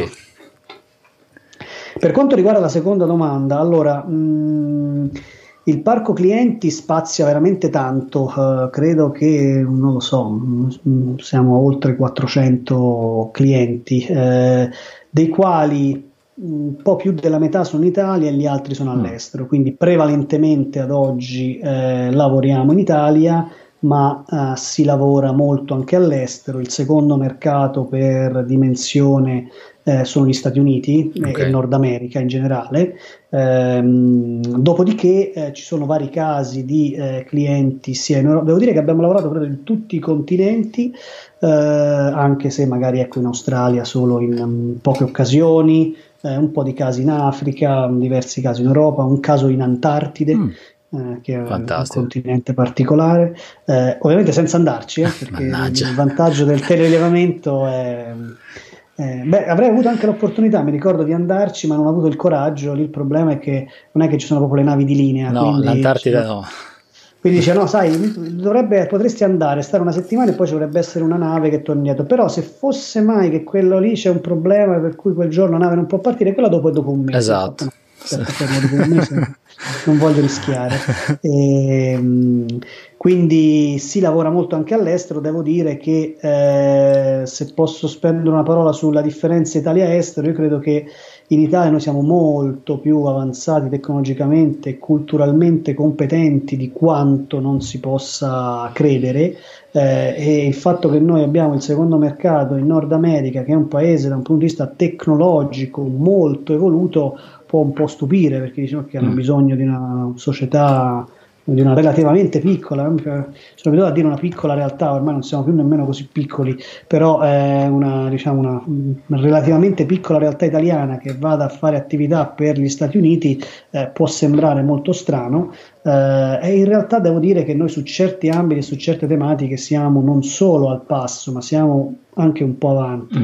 Per quanto riguarda la seconda domanda, allora, il parco clienti spazia veramente tanto, credo che, non lo so, siamo oltre 400 clienti, dei quali un po' più della metà sono in Italia e gli altri sono all'estero, quindi prevalentemente ad oggi lavoriamo in Italia, ma si lavora molto anche all'estero. Il secondo mercato per dimensione sono gli Stati Uniti e il Nord America in generale. Dopodiché ci sono vari casi di clienti sia in Europa. Devo dire che abbiamo lavorato proprio in tutti i continenti, anche se magari ecco in Australia solo in poche occasioni, un po' di casi in Africa, diversi casi in Europa, un caso in Antartide. Che è fantastico. Un continente particolare, ovviamente senza andarci, perché il vantaggio del telerilevamento è avrei avuto anche l'opportunità, mi ricordo, di andarci, ma non ho avuto il coraggio. Lì il problema è che non è che ci sono proprio le navi di linea, no, quindi, l'Antartide no. Quindi dice no, sai, potresti andare, stare una settimana e poi ci dovrebbe essere una nave che torna indietro, però se fosse mai che quello lì c'è un problema per cui quel giorno la nave non può partire, quella dopo è dopo un mese. Esatto. Dopo un mese non voglio rischiare. Quindi si lavora molto anche all'estero. Devo dire che se posso spendere una parola sulla differenza Italia-estero, io credo che in Italia noi siamo molto più avanzati tecnologicamente e culturalmente competenti di quanto non si possa credere, e il fatto che noi abbiamo il secondo mercato in Nord America, che è un paese da un punto di vista tecnologico molto evoluto, può un po' stupire, perché diciamo che hanno bisogno di una società, di una relativamente piccola, sono abituato a dire una piccola realtà, ormai non siamo più nemmeno così piccoli, però è una relativamente piccola realtà italiana che vada a fare attività per gli Stati Uniti, può sembrare molto strano, e in realtà devo dire che noi su certi ambiti e su certe tematiche siamo non solo al passo, ma siamo anche un po' avanti.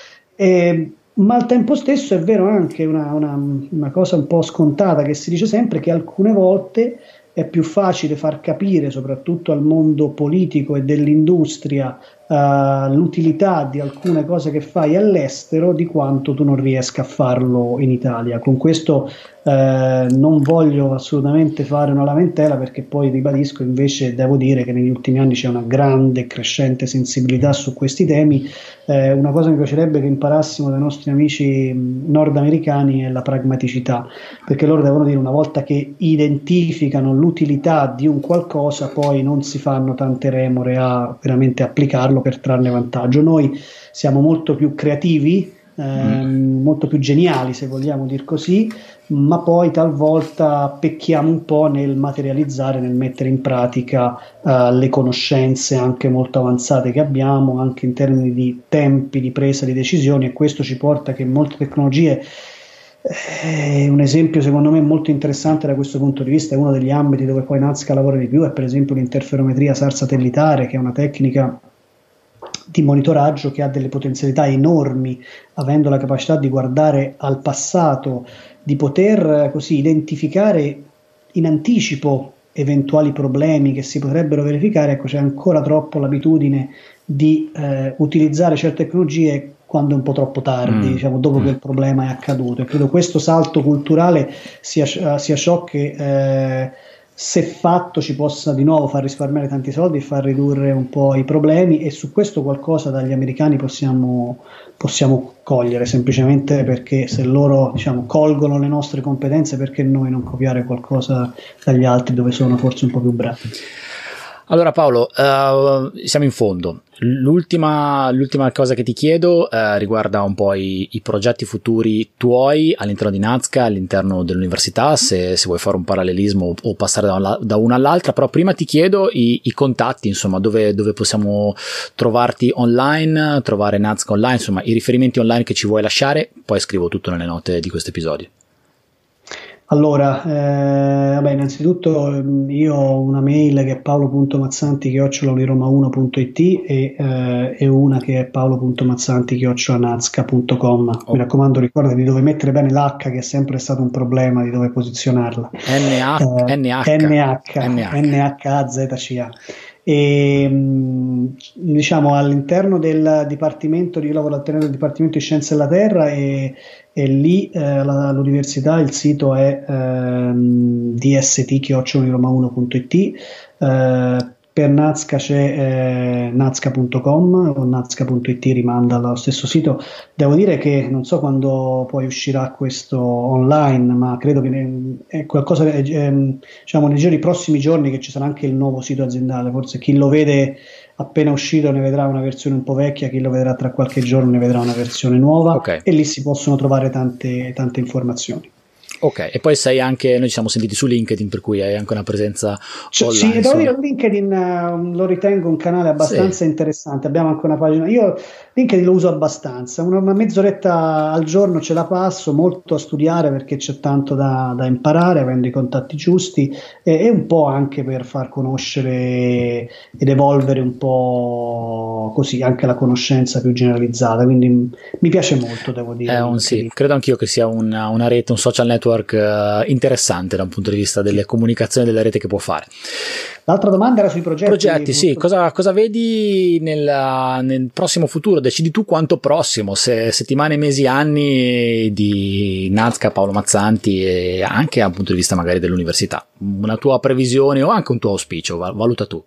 Ma al tempo stesso è vero anche una cosa un po' scontata che si dice sempre, che alcune volte è più facile far capire, soprattutto al mondo politico e dell'industria, l'utilità di alcune cose che fai all'estero di quanto tu non riesca a farlo in Italia. Con questo non voglio assolutamente fare una lamentela, perché poi ribadisco, invece devo dire che negli ultimi anni c'è una grande e crescente sensibilità su questi temi. Una cosa che mi piacerebbe che imparassimo dai nostri amici nordamericani è la pragmaticità, perché loro devono dire, una volta che identificano l'utilità di un qualcosa, poi non si fanno tante remore a veramente applicarlo per trarne vantaggio. Noi siamo molto più creativi, molto più geniali, se vogliamo dir così, ma poi talvolta pecchiamo un po' nel materializzare, nel mettere in pratica le conoscenze anche molto avanzate che abbiamo, anche in termini di tempi di presa di decisioni, e questo ci porta che molte tecnologie, un esempio secondo me molto interessante da questo punto di vista, è uno degli ambiti dove poi Nazca lavora di più, è per esempio l'interferometria SAR satellitare, che è una tecnica di monitoraggio che ha delle potenzialità enormi, avendo la capacità di guardare al passato, di poter così identificare in anticipo eventuali problemi che si potrebbero verificare. Ecco, c'è ancora troppo l'abitudine di utilizzare certe tecnologie quando è un po' troppo tardi, diciamo, dopo che il problema è accaduto, e credo questo salto culturale sia ciò che se fatto ci possa di nuovo far risparmiare tanti soldi e far ridurre un po' i problemi, e su questo qualcosa dagli americani possiamo cogliere, semplicemente perché se loro, diciamo, colgono le nostre competenze, perché noi non copiare qualcosa dagli altri dove sono forse un po' più bravi. Allora Paolo, siamo in fondo. L'ultima cosa che ti chiedo riguarda un po' i progetti futuri tuoi all'interno di Nazca, all'interno dell'università, se vuoi fare un parallelismo o passare da una all'altra, però prima ti chiedo i contatti, insomma, dove possiamo trovarti online, trovare Nazca online, insomma, i riferimenti online che ci vuoi lasciare, poi scrivo tutto nelle note di questo episodio. Allora, innanzitutto io ho una mail che è paolo.mazzanti@uniroma1.it e una che è paolo.mazzanti@nazca.com. Mi raccomando, ricordati di dove mettere bene l'H, che è sempre stato un problema, di dove posizionarla. NHAZCA. E diciamo all'interno del dipartimento, io lavoro all'interno del dipartimento di Scienze della Terra, e lì all'università il sito è dst@uniroma1.it. Per Nazca c'è nazca.com o nazca.it, rimanda allo stesso sito. Devo dire che non so quando poi uscirà questo online, ma credo che è qualcosa, diciamo, nei giorni prossimi giorni, che ci sarà anche il nuovo sito aziendale. Forse chi lo vede appena uscito ne vedrà una versione un po' vecchia, chi lo vedrà tra qualche giorno ne vedrà una versione nuova, okay. E lì si possono trovare tante informazioni. Ok, e poi noi ci siamo sentiti su LinkedIn, per cui hai anche una presenza online. Sì, devo dire, LinkedIn lo ritengo un canale abbastanza interessante. Abbiamo anche una pagina. Io LinkedIn lo uso abbastanza, una mezz'oretta al giorno ce la passo, molto a studiare, perché c'è tanto da imparare, avendo i contatti giusti, e un po' anche per far conoscere ed evolvere un po' così anche la conoscenza più generalizzata. Quindi mi piace molto, devo dire. Sì, credo anch'io che sia una rete, un social network interessante da un punto di vista delle comunicazioni della rete che può fare. L'altra domanda era sui progetti. Sì, cosa vedi nel prossimo futuro? Decidi tu quanto prossimo, se settimane, mesi, anni di Nazca, Paolo Mazzanti, e anche dal punto di vista magari dell'università. Una tua previsione o anche un tuo auspicio, valuta tu.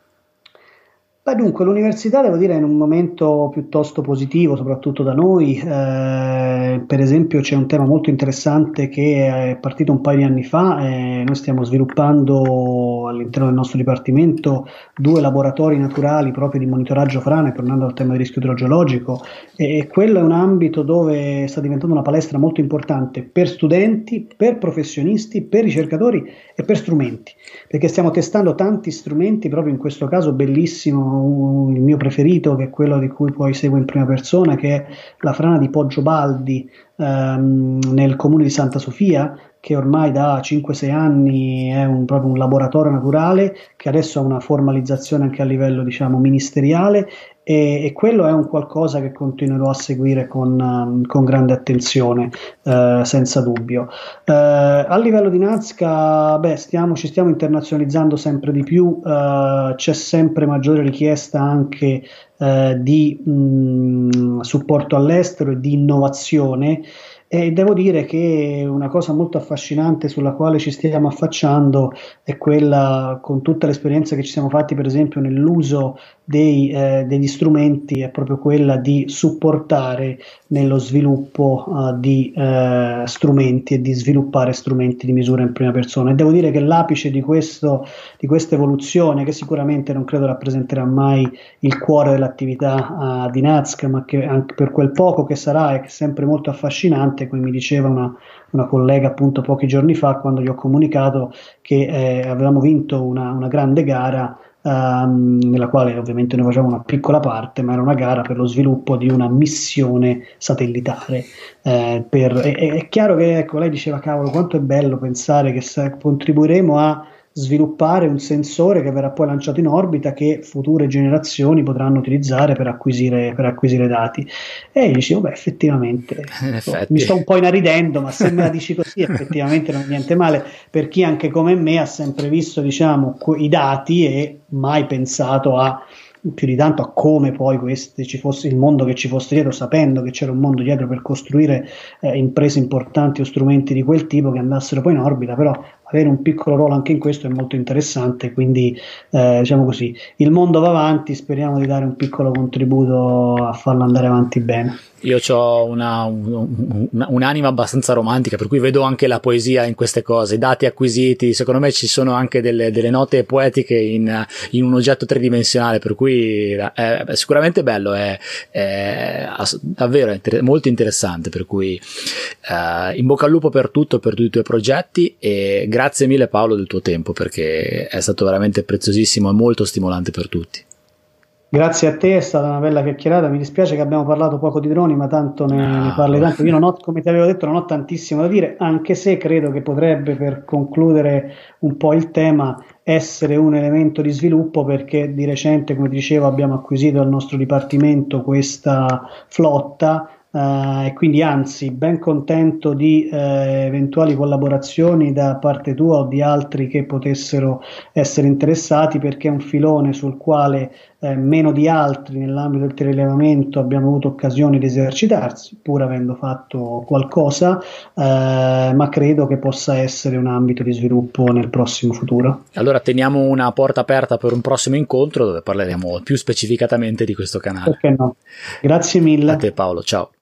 Beh, dunque, l'università, devo dire, è in un momento piuttosto positivo, soprattutto da noi. Per esempio, c'è un tema molto interessante che è partito un paio di anni fa. Noi stiamo sviluppando all'interno del nostro dipartimento 2 laboratori naturali proprio di monitoraggio frane, tornando al tema del rischio idrogeologico, e quello è un ambito dove sta diventando una palestra molto importante per studenti, per professionisti, per ricercatori e per strumenti, perché stiamo testando tanti strumenti, proprio in questo caso bellissimo, il mio preferito, che è quello di cui poi seguo in prima persona, che è la frana di Poggiobaldi nel comune di Santa Sofia, che ormai da 5-6 anni è proprio un laboratorio naturale, che adesso ha una formalizzazione anche a livello, diciamo, ministeriale, e quello è un qualcosa che continuerò a seguire con grande attenzione, senza dubbio. A livello di Nazca, ci stiamo internazionalizzando sempre di più, c'è sempre maggiore richiesta anche di supporto all'estero e di innovazione. E devo dire che una cosa molto affascinante sulla quale ci stiamo affacciando è quella, con tutta l'esperienza che ci siamo fatti per esempio nell'uso degli strumenti, è proprio quella di supportare nello sviluppo di strumenti e di sviluppare strumenti di misura in prima persona. E devo dire che l'apice di questa evoluzione, che sicuramente non credo rappresenterà mai il cuore dell'attività di Nazca, ma che anche per quel poco che sarà è sempre molto affascinante, come mi diceva una collega appunto pochi giorni fa, quando gli ho comunicato che avevamo vinto una grande gara, nella quale ovviamente noi facevamo una piccola parte, ma era una gara per lo sviluppo di una missione satellitare. È chiaro che, ecco, lei diceva, cavolo, quanto è bello pensare che contribuiremo a sviluppare un sensore che verrà poi lanciato in orbita, che future generazioni potranno utilizzare per acquisire dati. E io dicevo, effettivamente, mi sto un po' inaridendo, ma se me la dici così effettivamente non è niente male, per chi anche come me ha sempre visto, diciamo, i dati e mai pensato più di tanto a come poi ci fosse il mondo che ci fosse dietro, sapendo che c'era un mondo dietro per costruire imprese importanti o strumenti di quel tipo che andassero poi in orbita. Però avere un piccolo ruolo anche in questo è molto interessante, quindi diciamo così, il mondo va avanti, speriamo di dare un piccolo contributo a farlo andare avanti bene. Io ho un'anima abbastanza romantica, per cui vedo anche la poesia in queste cose, i dati acquisiti, secondo me ci sono anche delle note poetiche in un oggetto tridimensionale, per cui è sicuramente bello, è davvero molto interessante, per cui in bocca al lupo per tutto, per tutti i tuoi progetti, e grazie mille Paolo del tuo tempo, perché è stato veramente preziosissimo e molto stimolante per tutti. Grazie a te, è stata una bella chiacchierata. Mi dispiace che abbiamo parlato poco di droni, ma tanto ne parli tanto. Io non ho, come ti avevo detto, non ho tantissimo da dire, anche se credo che potrebbe, per concludere un po' il tema, essere un elemento di sviluppo, perché di recente, come ti dicevo, abbiamo acquisito al nostro dipartimento questa flotta. E quindi anzi ben contento di eventuali collaborazioni da parte tua o di altri che potessero essere interessati, perché è un filone sul quale meno di altri nell'ambito del telerilevamento abbiamo avuto occasione di esercitarsi, pur avendo fatto qualcosa, ma credo che possa essere un ambito di sviluppo nel prossimo futuro. Allora teniamo una porta aperta per un prossimo incontro dove parleremo più specificatamente di questo canale. Perché no? Grazie mille. A te Paolo, ciao.